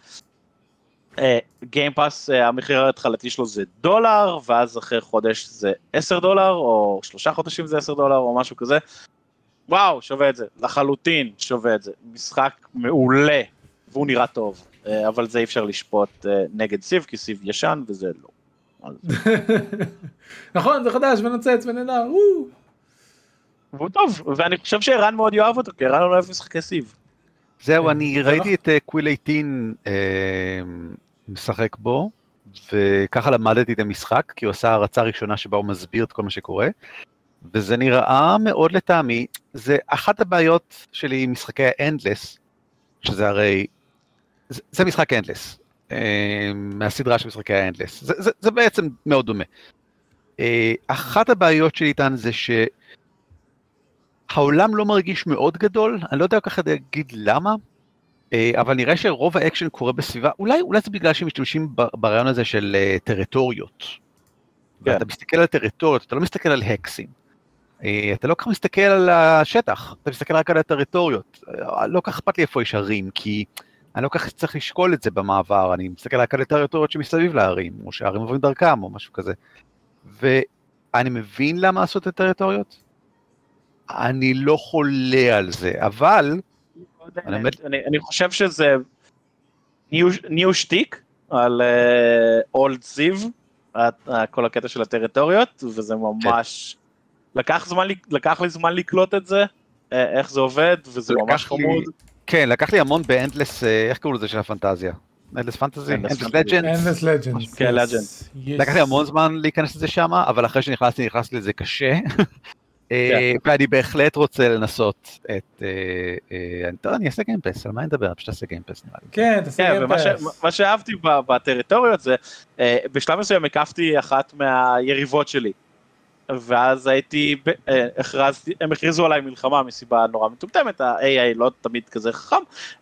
Game Pass, המחיר ההתחלתי שלו זה $1, ואז אחרי חודש זה $10, או 3 חודשים זה $10, או משהו כזה, וואו, שווה את זה, לחלוטין שווה את זה, משחק מעולה, והוא נראה טוב, אבל זה אי אפשר לשפוט נגד סיב, כי סיב ישן וזה לא. נכון, זה חדש ונוצץ ונהדר. והוא טוב, ואני חושב שערן מאוד יאהב אותו, כי ערן לא אוהב משחקי סיב. זהו, אני ראיתי את קוויל 18 משחק בו, וככה למדתי את המשחק, כי הוא עשה הרצה ראשונה שבה הוא מסביר את כל מה שקורה, וזה נראה מאוד לטעמי, זה אחת הבעיות שלי עם משחקי האנדלס, שזה הרי, זה משחק אנדלס, מהסדרה של משחקי האנדלס, זה בעצם מאוד דומה. אחת הבעיות שלי איתן זה שהעולם לא מרגיש מאוד גדול, אני לא יודע ככה להגיד למה, אבל נראה שרוב האקשן קורה בסביבה, אולי זה בגלל שמשתמשים ברעיון הזה של טריטוריות. ואתה מסתכל על טריטוריות, אתה לא מסתכל על הקסים. אתה לא כך מסתכל על השטח, אתה מסתכל רק על הטריטוריות. לא כך אכפת לי איפה יש ערים, כי אני לא כך צריך לשקול את זה במעבר, אני מסתכל רק על הטריטוריות שמסביב לערים, או שהערים עוברים דרכם, או משהו כזה. ואני מבין למה לעשות את הטריטוריות. אני לא חולה על זה, אבל אני חושב שזה ניו שטיק על אולד סיב, כל הקטע של הטריטוריות, וזה ממש, לקח לי זמן לקלוט את זה, איך זה עובד, וזה ממש חמוד. כן, לקח לי המון באנדלס, איך קראו לזה של הפנטזיה? אנדלס פנטזי? אנדלס לג'נדס? אנדלס לג'נדס. כן, לג'נד. לקח לי המון זמן להיכנס לזה שם, אבל אחרי שנכנסתי לזה קשה. ואני בהחלט רוצה לנסות את, אני אעשה גיימפס, על מה אני מדבר? פשוט אעשה גיימפס נראה לי. כן, תעשה גיימפס. מה שאהבתי בטריטוריות זה, בשלב מסוים הקפתי אחת מהיריבות שלי, ואז הם הכריזו עליי מלחמה מסיבה נורא מטומטמת, ה-AI לא תמיד כזה חכם,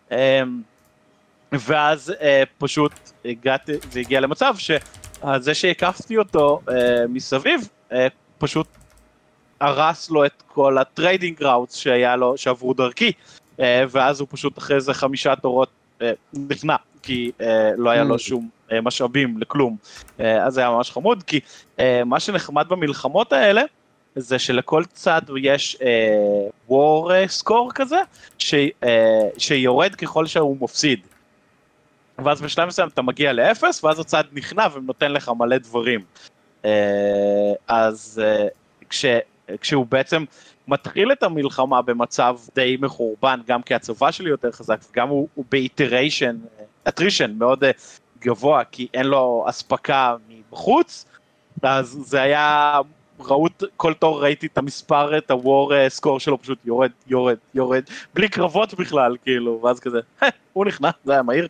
ואז פשוט זה הגיע למצב שזה שהקפתי אותו מסביב, פשוט הרס לו את כל הטריידינג ראוטס שעברו דרכי, ואז הוא פשוט אחרי זה 5 תורות נכנע, כי לא היה לו שום משאבים לכלום. אז זה היה ממש חמוד, כי מה שנחמד במלחמות האלה, זה שלכל צד יש war score כזה, שיורד ככל שהוא מפסיד. ואז בשלב מסוים אתה מגיע ל0, ואז הצד נכנע ונותן לך מלא דברים. אז כשהוא בעצם מתחיל את המלחמה במצב די מחורבן, גם כי הצבא שלי יותר חזק, וגם הוא באיטריישן, אטרישן מאוד גבוה, כי אין לו אספקה מבחוץ, אז זה היה ראות, כל תור ראיתי את המספר, את הוור סקור שלו פשוט יורד, בלי קרבות בכלל, כאילו, ואז כזה, הוא נכנע, זה היה מהיר.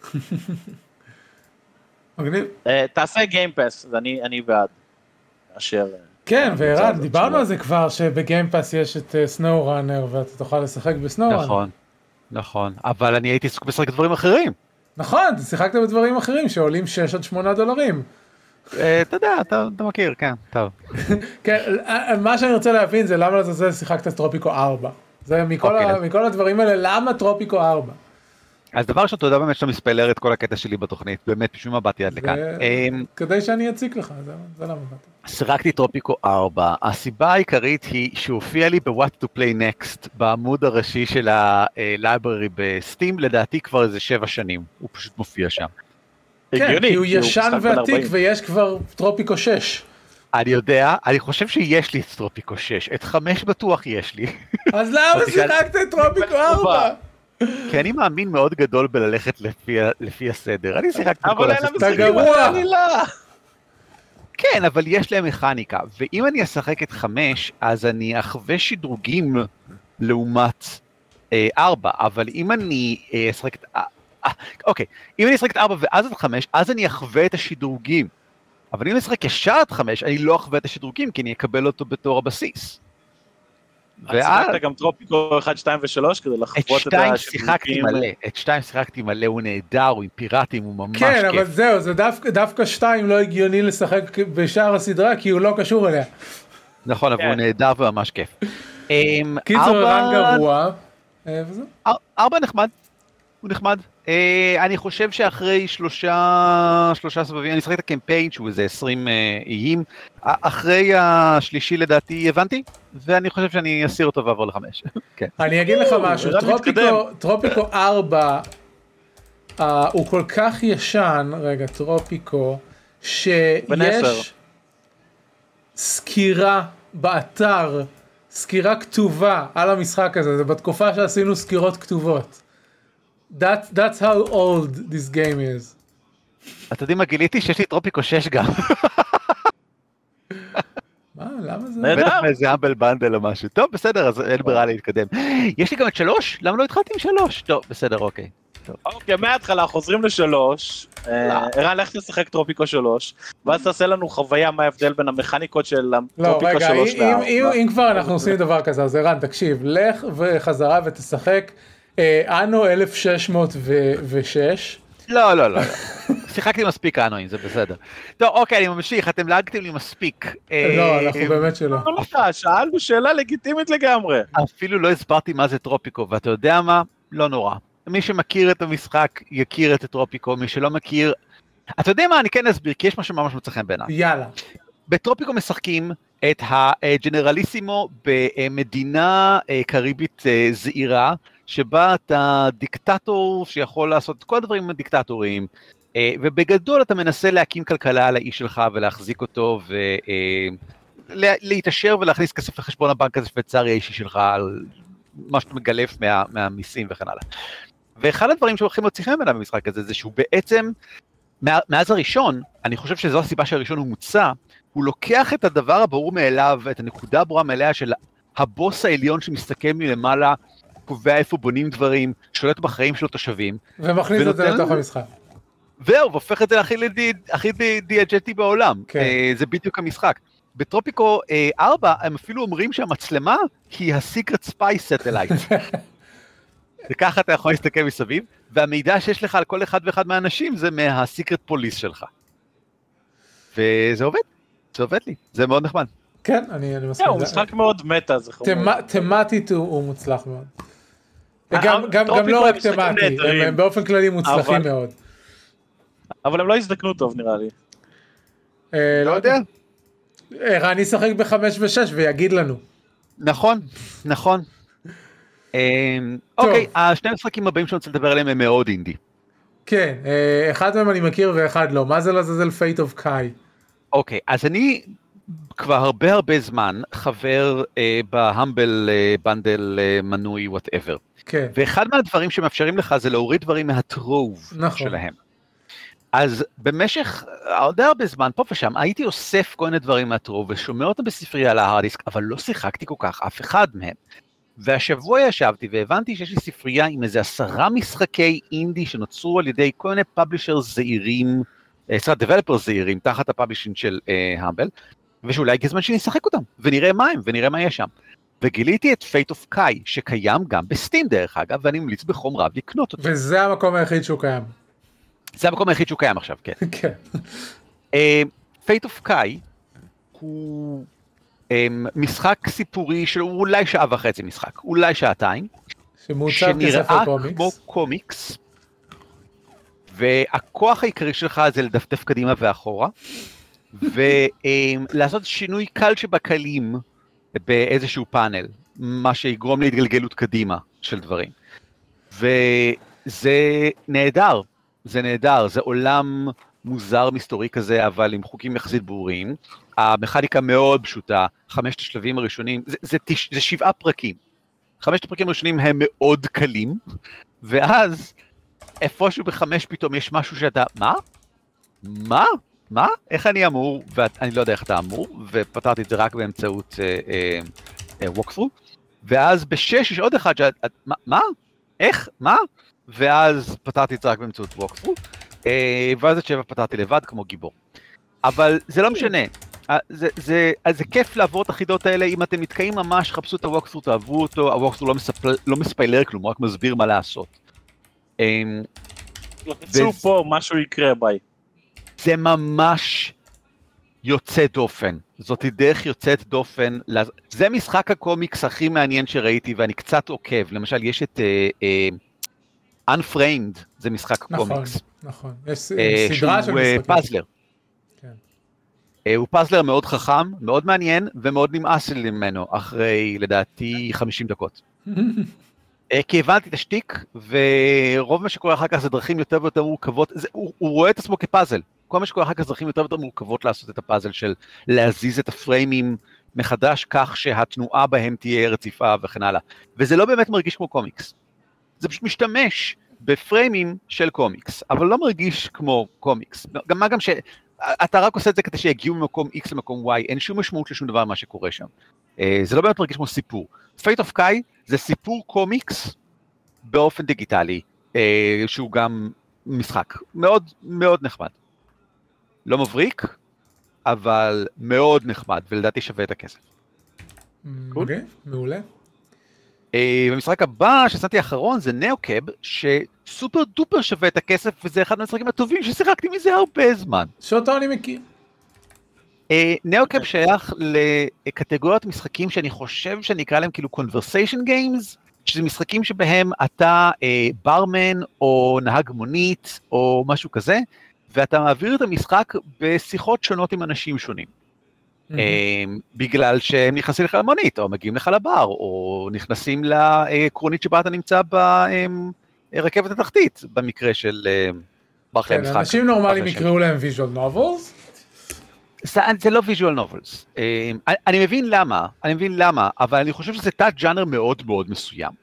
תעשה גיימפס, אני בעד, אשר... כן, וערן, דיברנו על זה כבר, שבגיימפס יש את סנואו ראנר, ואתה תוכל לשחק בסנואו ראנר. נכון, אבל אני הייתי עסוק לשחק דברים אחרים. נכון, שיחקת בדברים אחרים שעולים $6 עד $8. אתה יודע, אתה מכיר, כן, טוב. כן, מה שאני רוצה להבין זה למה לזה שיחקת טרופיקו 4. זה מכל הדברים האלה, למה טרופיקו 4? אז דבר ראשון, תודה באמת שאתה מספיילר את כל הקטע שלי בתוכנית, באמת, בשביל מה באתי עד לכאן. כדי שאני אציק לך, זה למה באתי. שיחקתי טרופיקו 4, הסיבה העיקרית היא שהופיע לי ב-What to Play Next, בעמוד הראשי של ה-Library בסטים, לדעתי כבר איזה 7 שנים, הוא פשוט מופיע שם. כן, כי הוא ישן ועתיק ויש כבר טרופיקו 6. אני יודע, אני חושב שיש לי את טרופיקו 6, את 5 בטוח יש לי. אז למה שיחקת את טרופיקו 4? כי אני מאמין מאוד גדול בללכת לפי הסדר, אני שיחקתי בכל הסדר. אתה גרוע. כן, אבל יש להם מכניקה, ואם אני אשחק את 5, אז אני אחווה שדרוגים לעומת 4, אבל אם אני אשחק את... אוקיי, אם אני אשחק את 4 ואז את 5, אז אני אחווה את השדרוגים. אבל אם אני אשחק ישר את 5, אני לא אחווה את השדרוגים, כי אני אקבל אותו בתור הבסיס. שיחקת גם טרופיקו 1, 2 ו3 כדי לחוות את השדרוגים. את 2 שיחקתי מלא, הוא נהדר, הוא עם פיראטים, הוא ממש כיף. כן, אבל זהו, זה דווקא 2 לא הגיוני לשחק בשאר הסדרה, כי הוא לא קשור אליה. נכון, אבל הוא נהדר וממש כיף. קיצור, רן גרוע. 4 נחמד. הוא נחמד. אני חושב שאחרי 3 סבבים, אני שחק את הקמפיין שהוא איזה 20 איים, אחרי השלישי לדעתי הבנתי, ואני חושב שאני אסיר אותו ועבור ל5. אני אגיד לך משהו, טרופיקו 4 הוא כל כך ישן, רגע, טרופיקו, שיש סקירה באתר, סקירה כתובה על המשחק הזה, זה בתקופה שעשינו סקירות כתובות. That's how old this game is. אתה יודעים מה גיליתי? שיש לי טרופיקו 6 גם. מה? למה זה? בטח מאיזה אמבל בנדל או משהו. טוב, בסדר, אז אין ברירה להתקדם. יש לי גם את 3? למה לא התחלתי עם 3? טוב, בסדר, אוקיי. אוקיי, מההתחלה חוזרים ל3, ערן, לך תשחק טרופיקו 3, ואז תעשה לנו חוויה מה ההבדל בין המכניקות של טרופיקו 3 ל4. אם כבר אנחנו עושים דבר כזה, אז ערן, תקשיב, לך וחזרה ותשחק אנו 1606. לא. שיחקתי מספיק אנואים, זה בסדר. טוב, אוקיי, אני ממשיך, אתם להגתם לי מספיק. לא, אנחנו באמת שלא. שאלנו שאלה לגיטימית לגמרי. אפילו לא הסברתי מה זה טרופיקו, ואתה יודע מה? לא נורא. מי שמכיר את המשחק יכיר את טרופיקו, מי שלא מכיר... אתה יודע מה? אני כן אסביר, כי יש משהו ממש מצא חן בעיניי. יאללה. בטרופיקו משחקים את הג'נרליסימו במדינה קריבית זעירה, שבה אתה דיקטטור שיכול לעשות את כל הדברים עם דיקטטורים, ובגדול אתה מנסה להקים כלכלה על האיש שלך ולהחזיק אותו ולהתעשר ולהכניס כסף לחשבון הבנק הזה שוויצרי האישי שלך על מה שאתה מגלף מהמיסים וכן הלאה. ואחד הדברים שהולכים להוציא ממנו במשחק הזה זה שהוא בעצם, מאז הראשון, אני חושב שזו הסיבה שהראשון הוא מוצא, הוא לוקח את הדבר הברור מאליו, את הנקודה הברורה מאליה של הבוס העליון שמסתכל מלמעלה, קובע איפה בונים דברים, שולט בחיים של התושבים. ומכניס את זה לתוך המשחק. והוא הופך את זה הכי דיאג'טי בעולם. כן. זה בדיוק המשחק. בטרופיקו 4 הם אפילו אומרים שהמצלמה היא ה-Secret Spy Satellite. וככה אתה יכול להסתכל מסביב, והמידע שיש לך על כל אחד ואחד מהאנשים זה מה-Secret Police שלך. וזה עובד, זה עובד לי, זה מאוד נחמד. כן, אני מסכים. הוא משחק מאוד מטה, זה חמוד. תמטית הוא מוצלח מאוד. גם לא רק תמטי, הם באופן כללי מוצלחים מאוד. אבל הם לא הזדקנו טוב נראה לי. לא יודע. אני אשחק ב5 ו6 ויגיד לנו. נכון. אוקיי, השני משחקים הבאים שאני רוצה לדבר עליהם הם מאוד אינדי. כן, אחד מהם אני מכיר ואחד לא. מה זה לזלזל Fate of Kai? אוקיי, אז אני כבר הרבה זמן חבר בהמבל בנדל מנוי whatever. כן. ואחד מהדברים שמאפשרים לך זה להוריד דברים מהטרוב שלהם. אז במשך עוד הרבה זמן, פה ושם, הייתי אוסף כל מיני דברים מהטרוב, ושומע אותם בספרייה על ההרדיסק, אבל לא שיחקתי כל כך אף אחד מהם. והשבוע ישבתי והבנתי שיש לי ספרייה עם איזה 10 משחקי אינדי שנוצרו על ידי כל מיני פאבלישרס זעירים, דבלפרס זעירים, תחת הפאבלישינג של המבל, ושאולי הגיע הזמן שנשחק אותם, ונראה מה הם, ונראה מה יש שם. וגיליתי את Fate of Kai, שקיים גם בסטים דרך אגב, ואני ממליץ בחום רב לקנות אותו. וזה המקום היחיד שהוא קיים. זה המקום היחיד שהוא קיים עכשיו, כן. כן. Fate of Kai הוא משחק סיפורי של אולי שעה וחצי משחק, אולי שעתיים, שנראה כמו קומיקס, והכוח העיקרי שלך זה לדפדף קדימה ואחורה, ולעשות שינוי קל שבקלים באיזשהו פאנל, מה שיגרום להתגלגלות קדימה של דברים. וזה נהדר, זה עולם מוזר מסתורי כזה, אבל עם חוקים יחסית ברורים. המכניקה מאוד פשוטה, 5 השלבים הראשונים, זה 7 פרקים. 5 הפרקים הראשונים הם מאוד קלים, ואז איפשהו ב5 פתאום יש משהו שאתה, מה? איך אני אמור? ואני לא יודע איך אתה אמור, ופתרתי את זה רק באמצעות walkthrough, ואז ב6 יש עוד אחד מה? איך? מה? ואז פתרתי את זה רק באמצעות walkthrough, ואז את 7 פתרתי לבד כמו גיבור. אבל זה לא משנה, זה כיף לעבור את החידות האלה, אם אתם נתקעים ממש, חפשו את הווקסטרו, תעברו אותו, הווקסטרו לא מספיילר כלום, רק מסביר מה לעשות. לחצו פה, משהו יקרה, ביי. זה ממש יוצא דופן, זאת דרך יוצאת דופן, זה משחק הקומיקס הכי מעניין שראיתי, ואני קצת עוקב, למשל יש את Unframed, זה משחק קומיקס. נכון, יש סדרה של משחקים. שהוא פאזלר. הוא פאזלר מאוד חכם, מאוד מעניין, ומאוד נמאס לי ממנו, אחרי, לדעתי, 50 דקות. כי הבנתי את השטיק, ורוב מה שקורה אחר כך זה דרכים יותר ויותר מורכבות, הוא רואה את עצמו כפאזל, כל מה שקורה אחר כך דרכים יותר ויותר מורכבות לעשות את הפאזל של להזיז את הפריימים מחדש כך שהתנועה בהם תהיה רציפה וכן הלאה. וזה לא באמת מרגיש כמו קומיקס. זה פשוט משתמש בפריימים של קומיקס, אבל לא מרגיש כמו קומיקס. גם מה גם שאתה רק עושה את זה כדי שיגיעו ממקום X למקום Y, אין שום משמעות לשום דבר מה שקורה שם. זה לא באמת מרגיש כמו סיפור. Fate of Kai זה סיפור קומיקס באופן דיגיטלי, שהוא גם משחק. מאוד מאוד נחמד. לא מבריק, אבל מאוד נחמד, ולדעתי שווה את הכסף. אוקיי, מעולה. במשחק הבא ששמתי האחרון זה נאוקאב, שסופר דופר שווה את הכסף, וזה אחד מהמשחקים הטובים ששיחקתי מזה הרבה זמן. שאותו אני מכיר. נאוקאב שייך לקטגוריות משחקים שאני חושב שאני אקרא להם כאילו conversation games, שזה משחקים שבהם אתה ברמן או נהג מונית או משהו כזה, ואתה מעביר את המשחק בשיחות שונות עם אנשים שונים. בגלל שהם נכנסים לך למונית, או מגיעים לך לבר, או נכנסים לקרונית שבה אתה נמצא ברכבת התחתית, במקרה של ברחי המשחק. אנשים נורמליים יקראו להם visual novels? זה לא visual novels. אני מבין למה, אבל אני חושב שזה תת ג'אנר מאוד מאוד מסוים.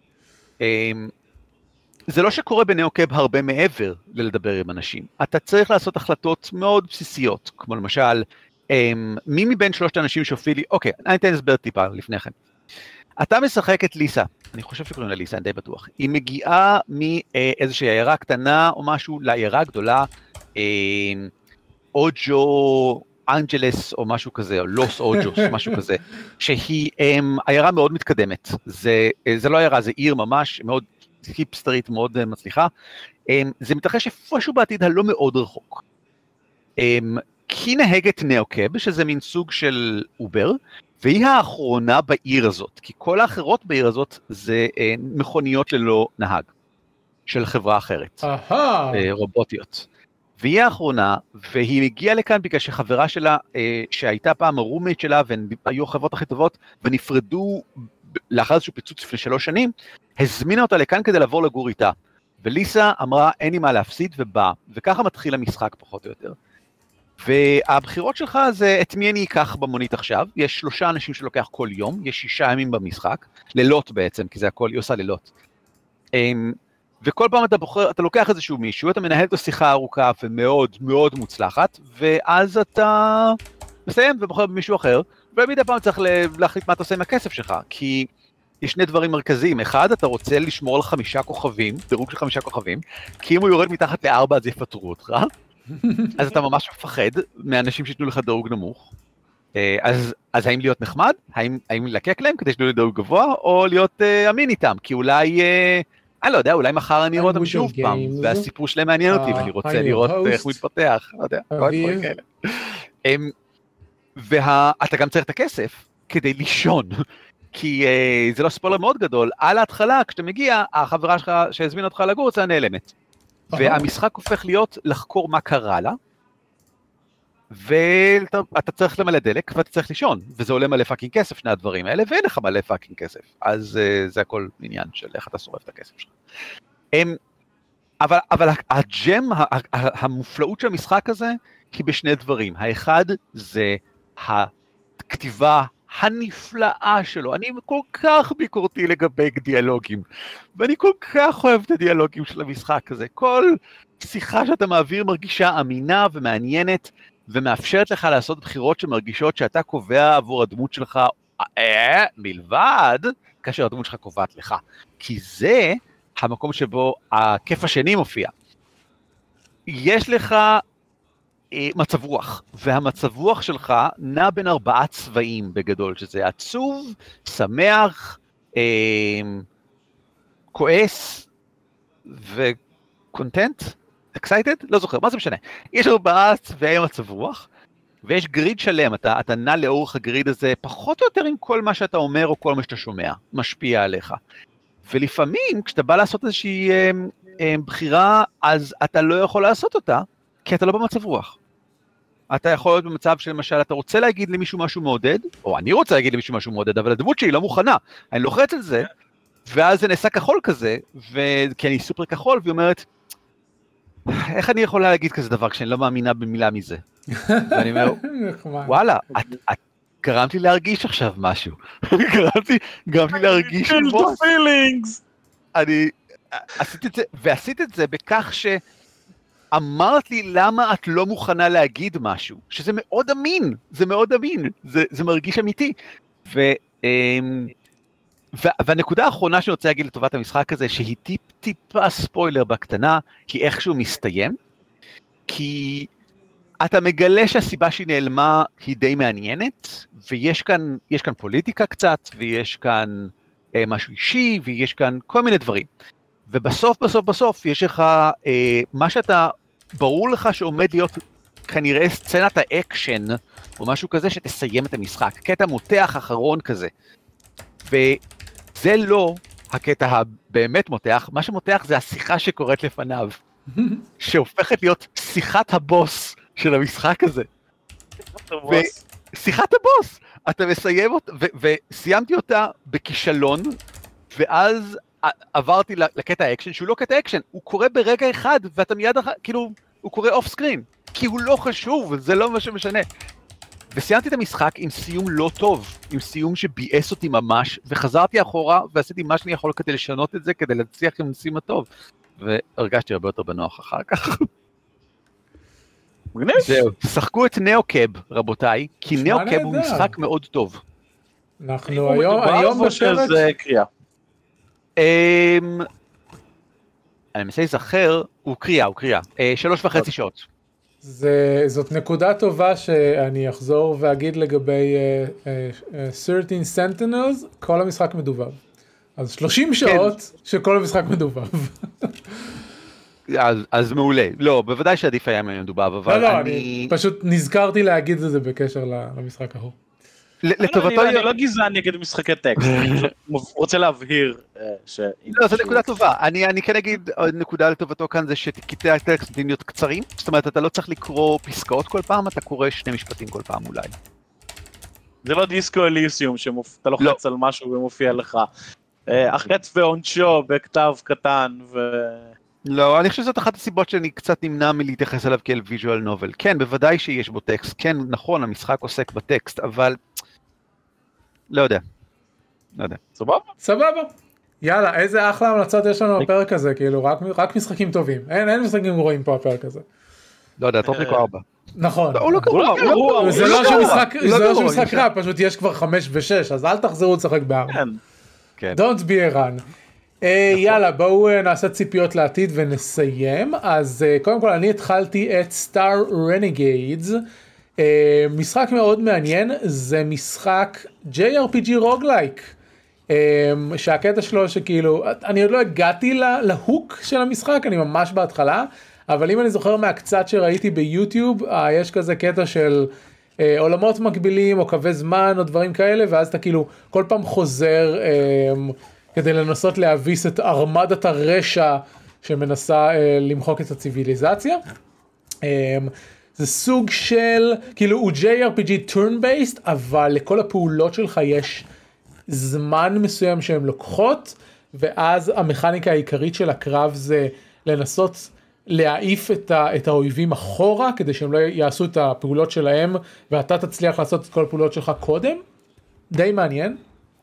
זה לא שקורה בנאוקאב הרבה מעבר ללדבר עם אנשים. אתה צריך לעשות החלטות מאוד בסיסיות, כמו למשל, מי מבין שלושת האנשים שהופיעו לי, אוקיי, אני אתן הסבר טיפה לפני כן. אתה משחק את ליסה, אני חושב שקוראים לה ליסה, אני די בטוח. היא מגיעה מאיזושהי עיירה קטנה או משהו לעיירה גדולה, אוג'ו אנג'לס או משהו כזה, או לוס אוג'וס, משהו כזה, שהיא עיירה מאוד מתקדמת. זה לא עיירה, זה עיר ממש מאוד היפסטרית, מאוד מצליחה. זה מתרחש איפשהו בעתיד הלא מאוד רחוק. כי נהגת נאוקאב, שזה מין סוג של אובר, והיא האחרונה בעיר הזאת, כי כל האחרות בעיר הזאת זה מכוניות ללא נהג, של חברה אחרת, רובוטיות. והיא האחרונה, והיא הגיעה לכאן בגלל שחברה שלה, שהייתה פעם הרומית שלה, והן היו החברות הכי טובות, ונפרדו לאחר איזשהו פיצוץ לפני 3 שנים, הזמינה אותה לכאן כדי לעבור לגור איתה. וליסה אמרה, אין לי מה להפסיד, ובאה. וככה מתחיל המשחק פחות או יותר. והבחירות שלך זה את מי אני אקח במונית עכשיו, יש 3 אנשים שלוקח כל יום, יש 6 ימים במשחק, לילות בעצם, כי זה הכל, היא עושה לילות. וכל פעם אתה לוקח איזשהו מישהו, אתה מנהל את השיחה ארוכה ומאוד מאוד מוצלחת, ואז אתה מסיים ובוחר במישהו אחר, ומדי פעם צריך להחליט מה אתה עושה עם הכסף שלך, כי יש 2 דברים מרכזיים. אחד, אתה רוצה לשמור על 5 כוכבים, דירוג של 5 כוכבים, כי אם הוא יורד מתחת ל4 אז יפטרו אותך, אז אתה ממש מפחד מאנשים שיתנו לך דירוג נמוך. אז האם להיות נחמד? האם לקק להם כדי שתנו לי דירוג גבוה, או להיות אמין איתם? כי אולי, אני לא יודע, אולי מחר אני אראה אותם שוב פעם, והסיפור שלהם מעניין אותי, ואני רוצה לראות איך הוא מתפתח. לא יודע, כל דברים כאלה. ואתה גם צריך את הכסף כדי לישון, כי זה לא ספוילר מאוד גדול. על ההתחלה, כשאתה מגיע, החברה שלך שהזמינה אותך לגור, זה נעלמת. והמשחק הופך להיות לחקור מה קרה לה, ואתה צריך למלא דלק, ואתה צריך לישון, וזה עולה מלא פאקינג כסף, 2 הדברים האלה, ואין לך מלא פאקינג כסף, אז זה הכל עניין של איך אתה שורף את הכסף שלך. אבל הג'ם, המופלאות של המשחק הזה, היא בשני דברים. האחד זה הכתיבה הנפלאה שלו. אני כל כך ביקורתי לגבי דיאלוגים, ואני כל כך אוהב את הדיאלוגים של המשחק הזה. כל שיחה שאתה מעביר מרגישה אמינה ומעניינת, ומאפשרת לך לעשות בחירות שמרגישות שאתה קובע עבור הדמות שלך, מלבד כאשר הדמות שלך קובעת לך. כי זה המקום שבו הכיף השני מופיע. יש לך מצב רוח, והמצב רוח שלך נע בין 4 צבעים בגדול, שזה עצוב, שמח, כועס וקונטנט, excited? לא זוכר, מה זה משנה? יש 4 צבעי מצב רוח, ויש גריד שלם, אתה נע לאורך הגריד הזה, פחות או יותר עם כל מה שאתה אומר או כל מה שאתה שומע, משפיע עליך. ולפעמים כשאתה בא לעשות איזושהי בחירה, אז אתה לא יכול לעשות אותה, כי אתה לא במצב רוח. אתה יכול להיות במצב שלמשל, אתה רוצה להגיד למישהו משהו מעודד, או אני רוצה להגיד למישהו משהו מעודד, אבל הדמות שלי לא מוכנה, אני לוחץ על זה, ואז זה נעשה כחול כזה, כי אני סופר כחול, והיא אומרת, איך אני יכולה להגיד כזה דבר כשאני לא מאמינה במילה מזה? ואני אומר, וואלה, את גרמת לי להרגיש עכשיו משהו. גרמת לי להרגיש בוס. אני עשיתי את זה, ועשית את זה בכך שאמרת לי למה את לא מוכנה להגיד משהו, שזה מאוד אמין, זה מרגיש אמיתי. והנקודה האחרונה שאני רוצה להגיד לטובת המשחק הזה, שהיא טיפה ספוילר בקטנה, היא איכשהו מסתיים, כי אתה מגלה שהסיבה שהיא נעלמה היא די מעניינת, ויש כאן פוליטיקה קצת, ויש כאן משהו אישי, ויש כאן כל מיני דברים. ובסוף יש לך מה שאתה, ברור לך שעומד להיות כנראה סצנת האקשן, או משהו כזה שתסיים את המשחק, קטע מותח אחרון כזה. וזה לא הקטע הבאמת מותח, מה שמותח זה השיחה שקורית לפניו, שהופכת להיות שיחת הבוס של המשחק הזה. שיחת הבוס, אתה מסיים אותה, וסיימתי אותה בכישלון, ואז עברתי לקטע האקשן, שהוא לא קטע אקשן, הוא קורה ברגע אחד, ואתה מיד, כאילו, הוא קורה אוף סקרין, כי הוא לא חשוב, זה לא מה שמשנה. וסיימתי את המשחק עם סיום לא טוב, עם סיום שביאס אותי ממש, וחזרתי אחורה, ועשיתי מה שאני יכול כדי לשנות את זה, כדי להצליח עם סיום הטוב, והרגשתי הרבה יותר בנוח אחר כך. זהו, שחקו את נאו-קאב, רבותיי, כי נאו-קאב הוא משחק מאוד טוב. אנחנו היום בפרק... אני מנסה להיזכר, הוא קריאה, 3.5 שעות. זאת נקודה טובה שאני אחזור ואגיד לגבי 13 Sentinels, כל המשחק מדובב. אז 30 שעות שכל המשחק מדובב. אז מעולה. לא, בוודאי שעדיף היה מדובב, אבל אני פשוט נזכרתי להגיד את זה בקשר למשחק ההוא. אני לא גזען נגד משחקי טקסט, אני רוצה להבהיר לא, זו נקודה טובה. אני כן אגיד, נקודה לטובתו כאן זה שקטעי הטקסט נותנים להיות קצרים, זאת אומרת, אתה לא צריך לקרוא פסקאות כל פעם, אתה קורא 2 משפטים כל פעם אולי. זה לא דיסקו אליסיום, שאתה לוחץ על משהו ומופיע לך. החץ ועונשו בכתב קטן לא, אני חושב שזאת אחת הסיבות שאני קצת נמנע מלהתייחס אליו כאל ויז'ואל נובל. כן, בוודאי שיש בו טקסט, כן, נכון, המשחק עוסק בטקסט, אבל לא יודע. סבבה. יאללה, איזה אחלה המלצות יש לנו בפרק הזה, כאילו, רק משחקים טובים. אין משחקים גרועים פה בפרק הזה. לא יודע, טרופיקו 4. נכון. הוא לא גרוע. זה לא שמשחק רע, פשוט יש כבר 5 ו-6, אז אל תחזרו לשחק ב-4. Don't be a run. יאללה, בואו נעשה ציפיות לעתיד ונסיים. אז קודם כל אני התחלתי את Star Renegades, משחק מאוד מעניין, זה משחק JRPG רוגלייק, שהקטע שלו שכאילו, אני עוד לא הגעתי להוק של המשחק, אני ממש בהתחלה, אבל אם אני זוכר מהקצת שראיתי ביוטיוב, יש כזה קטע של עולמות מקבילים או קווי זמן או דברים כאלה, ואז אתה כאילו כל פעם חוזר כדי לנסות להביס את ארמדת הרשע שמנסה למחוק את הציביליזציה. זה סוג של, כאילו הוא JRPG turn based, אבל לכל הפעולות שלך יש זמן מסוים שהן לוקחות, ואז המכניקה העיקרית של הקרב זה לנסות להעיף את האויבים אחורה, כדי שהם לא יעשו את הפעולות שלהם, ואתה תצליח לעשות את כל הפעולות שלך קודם. די מעניין.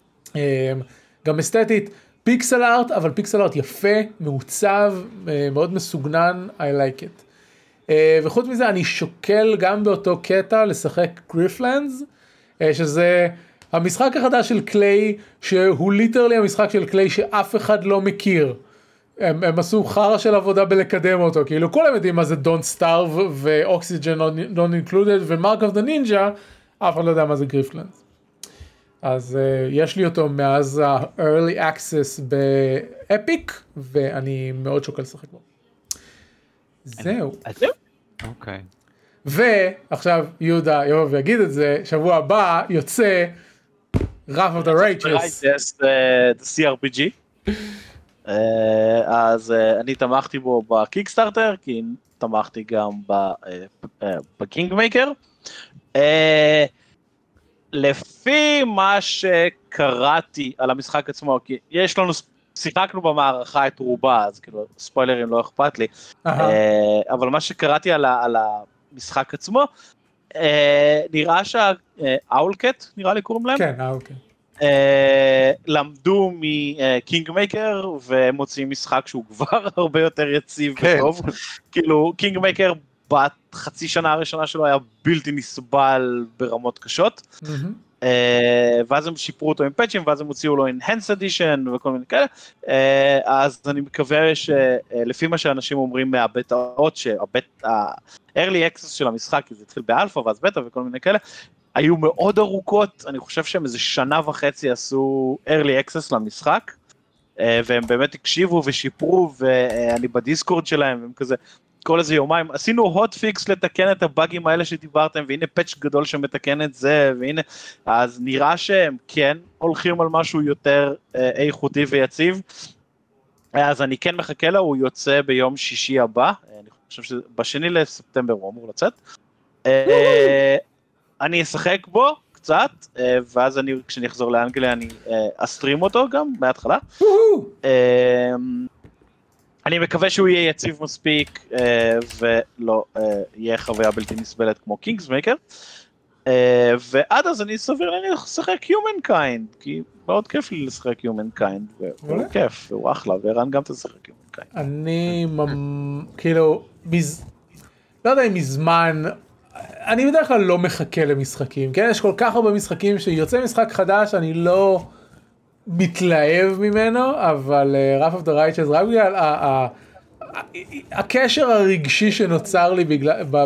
גם אסתטית, פיקסל ארט, אבל פיקסל ארט יפה, מעוצב, מאוד מסוגנן, I like it. וחוץ מזה אני שוקל גם באותו קטע לשחק גריפלנדס, שזה המשחק החדש של קליי, שהוא ליטרלי המשחק של קליי שאף אחד לא מכיר. הם עשו חרא של עבודה בלקדם אותו, כאילו כולם יודעים מה זה Don't Starve ו-Oxygen Not Included ו-Mark of the Ninja, אף אחד לא יודע מה זה גריפלנדס. אז יש לי אותו מאז ה-Early Access באפיק, ואני מאוד שוקל לשחק בו. זהו. אוקיי. ועכשיו יהודה יבוא ויגיד את זה, שבוע הבא יוצא Wrath of the Righteous. The CRPG. אז אני תמכתי בו בקיקסטארטר, כי תמכתי גם בקינגמייקר. לפי מה שקראתי על המשחק עצמו, כי יש לנו שיחקנו במערכה את רובה, אז כאילו ספוילרים לא אכפת לי, אבל מה שקראתי על המשחק עצמו, נראה שהאולקט, נראה לי קוראים להם? כן, האולקט. למדו מקינג מייקר ומוצאים משחק שהוא כבר הרבה יותר יציב וטוב, כאילו קינג מייקר בחצי שנה הראשונה שלו היה בלתי נסבל ברמות קשות, ואז הם שיפרו אותו עם פאצ'ים, ואז הם הוציאו לו Enhanced Edition וכל מיני כאלה, אז אני מקווה שלפי מה שאנשים אומרים מהבטאות, ה-early access של המשחק, כי זה התחיל באלפא ואז בטא וכל מיני כאלה, היו מאוד ארוכות, אני חושב שהם איזה שנה וחצי עשו early access למשחק, והם באמת הקשיבו ושיפרו, ואני בדיסקורד שלהם, והם כזה, כל איזה יומיים, עשינו hot fix לתקן את הבאגים האלה שדיברתם, והנה פאץ' גדול שמתקן את זה, והנה, אז נראה שהם כן הולכים על משהו יותר איכותי ויציב, אז אני כן מחכה לה, הוא יוצא ביום שישי הבא, אני חושב שבשני לספטמבר הוא אמור לצאת, אני אשחק בו קצת, ואז כשאני אחזור לאנגליה אני אסטרים אותו גם מההתחלה, אני מקווה שהוא יהיה יציב מספיק, ולא יהיה חוויה בלתי נסבלת כמו קינגס מייקר, ועד אז אני סביר להניח לשחק Humankind, כי מאוד כיף לי לשחק Humankind, והוא כיף, והוא אחלה, וערן גם תשחק Humankind. אני כאילו, לא יודע אם מזמן, אני בדרך כלל לא מחכה למשחקים, כן? יש כל כך הרבה משחקים שיוצא משחק חדש, אני לא מתלהב ממנו, אבל Wrath of the Righteous, רק בגלל הקשר הרגשי שנוצר לי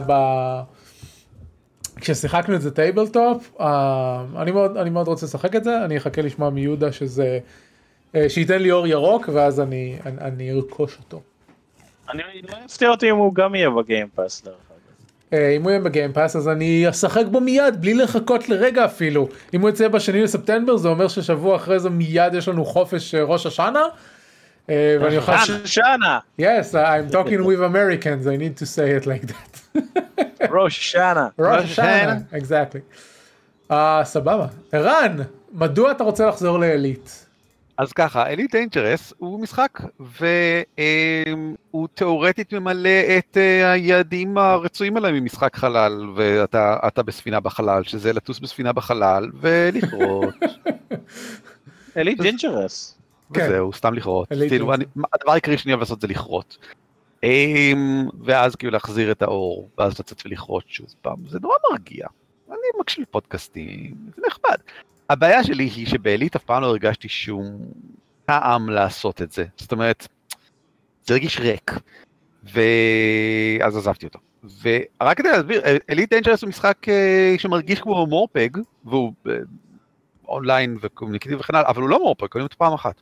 כששיחקנו את זה טייבלטופ, אני מאוד רוצה לשחק את זה, אני אחכה לשמוע מיהודה שייתן לי אור ירוק, ואז אני ארכוש אותו. אני לא אפתיע אותי אם הוא גם יהיה בגיימפאס דרך אגב. אם הוא יהיה בגיימפאס אז אני אשחק בו מיד, בלי לחכות לרגע אפילו. אם הוא יצא בשני לספטמבר, זה אומר ששבוע אחרי זה מיד יש לנו חופש ראש השנה. ראש השנה! Yes, I'm talking with Americans, I need to say it like that. ראש השנה. ראש השנה, exactly. סבבה. ערן, מדוע אתה רוצה לחזור לאליט? אז ככה, אליט דנג'רס הוא משחק, והוא תיאורטית ממלא את היעדים הרצויים עליהם ממשחק חלל, ואתה בספינה בחלל, שזה לטוס בספינה בחלל, ולכרות. אליט דנג'רס. וזהו, סתם לכרות. הדבר העיקרי שאני אוהב לעשות זה לכרות. ואז כאילו להחזיר את האור, ואז לצאת ולכרות שוב פעם. זה נורא מרגיע. אני מקשיב פודקאסטים, זה נכבד. הבעיה שלי היא שבאליט אף פעם לא הרגשתי שום טעם לעשות את זה. זאת אומרת, זה הרגיש ריק. ואז עזבתי אותו. ורק כדי להסביר, אליט דנג'רס הוא משחק שמרגיש כמו מורפג, והוא אונליין וקומוניקטיבי וכן הלאה, אבל הוא לא מורפג, קונים אותו פעם אחת.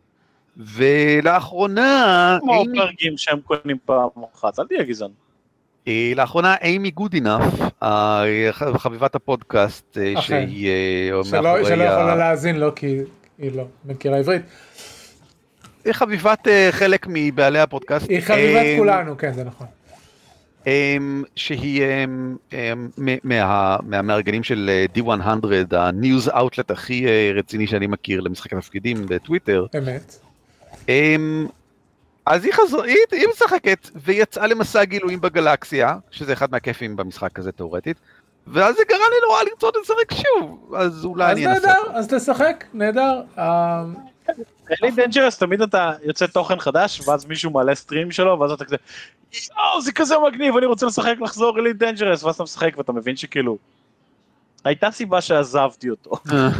ולאחרונה... מורפגים שהם קונים פעם אחת, אל תהיה גזען. לאחרונה אימי גודינף, חביבת הפודקאסט שהיא שלא יכולה להאזין לו כי היא לא מכירה עברית. היא חביבת חלק מבעלי הפודקאסט. היא חביבת כולנו, כן זה נכון. שהיא מהמארגנים של D100, הניוז אאוטלט הכי רציני שאני מכיר למשחקי תפקידים בטוויטר. אמת. אז היא משחקת ויצאה למסע גילויים בגלקסיה, שזה אחד מהכיפים במשחק הזה תיאורטית, ואז זה גרם לי נורא לרצות לשחק שוב, אז אולי אני אנסה. אז תשחק, נהדר. אליט דנג'רס, תמיד אתה יוצא תוכן חדש, ואז מישהו מעלה סטרים שלו, ואז אתה כזה, זה כזה מגניב, אני רוצה לשחק לחזור אליט דנג'רס, ואז אתה משחק ואתה מבין שכאילו, הייתה סיבה שעזבתי אותו.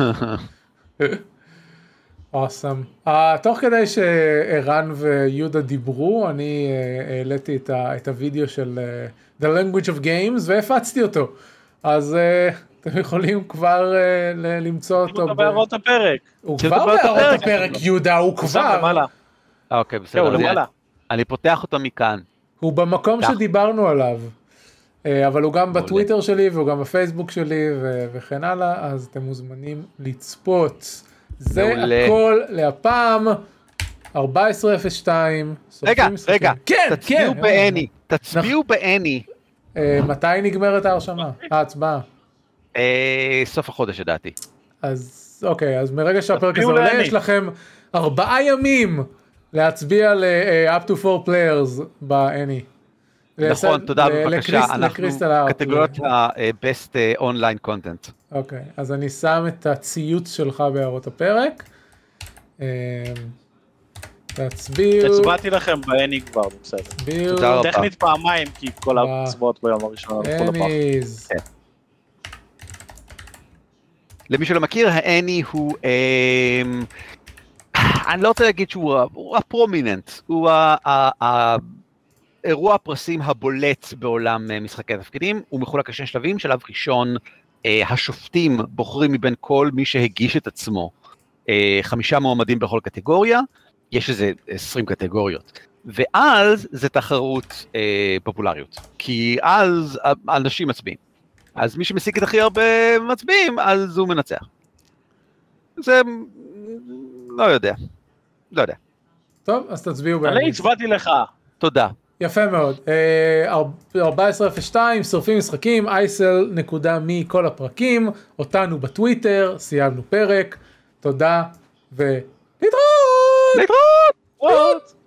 Awesome. תוך כדי שערן ויהודה דיברו, אני העליתי את הוידאו של The Language of Games והפצתי אותו. אז אתם יכולים כבר למצוא אותו. הוא בערות הפרק. הוא כבר בערות הפרק, יהודה, הוא כבר. אוקיי, בסדר. אני פותח אותו מכאן. הוא במקום שדיברנו עליו. אבל הוא גם בטוויטר שלי והוא גם בפייסבוק שלי וכן הלאה, אז אתם מוזמנים לצפות. זה הכל להפעם 14:02. רגע, תצביעו באני, תצביעו באני. מתי נגמרת ההרשמה? ההצבעה? סוף החודש לדעתי. אז אוקיי, אז מרגע שהפרק הזה עולה, יש לכם 4 ימים להצביע ל-up to 4 players ב-NE. נכון, תודה בבקשה, אנחנו קטגוריות ה-best online content. אוקיי, אז אני שם את הציוץ שלך בהערות הפרק. תצביעו. הצבעתי לכם ב-NE כבר, בסדר. תודה רבה. טכנית פעמיים, כי כל ההצבעות ביום הראשון. NEs. למי שלא מכיר, ה-NE הוא, אני לא רוצה להגיד שהוא הפרומיננט, הוא אירוע הפרסים הבולט בעולם משחקי התפקידים, הוא מחולק לשני שלבים, שלב ראשון, השופטים בוחרים מבין כל מי שהגיש את עצמו, 5 מועמדים בכל קטגוריה, יש איזה 20 קטגוריות, ואז זה תחרות פופולריות, כי אז אנשים מצביעים, אז מי שמשיג את הכי הרבה מצביעים, אז הוא מנצח. זה, לא יודע. טוב, אז תצביעו בהם. אני הצבעתי לך. תודה. יפה מאוד. 1402, שורפים משחקים, isl.me כל הפרקים, אותנו בטוויטר, סיימנו פרק, תודה, ולהתראות! להתראות!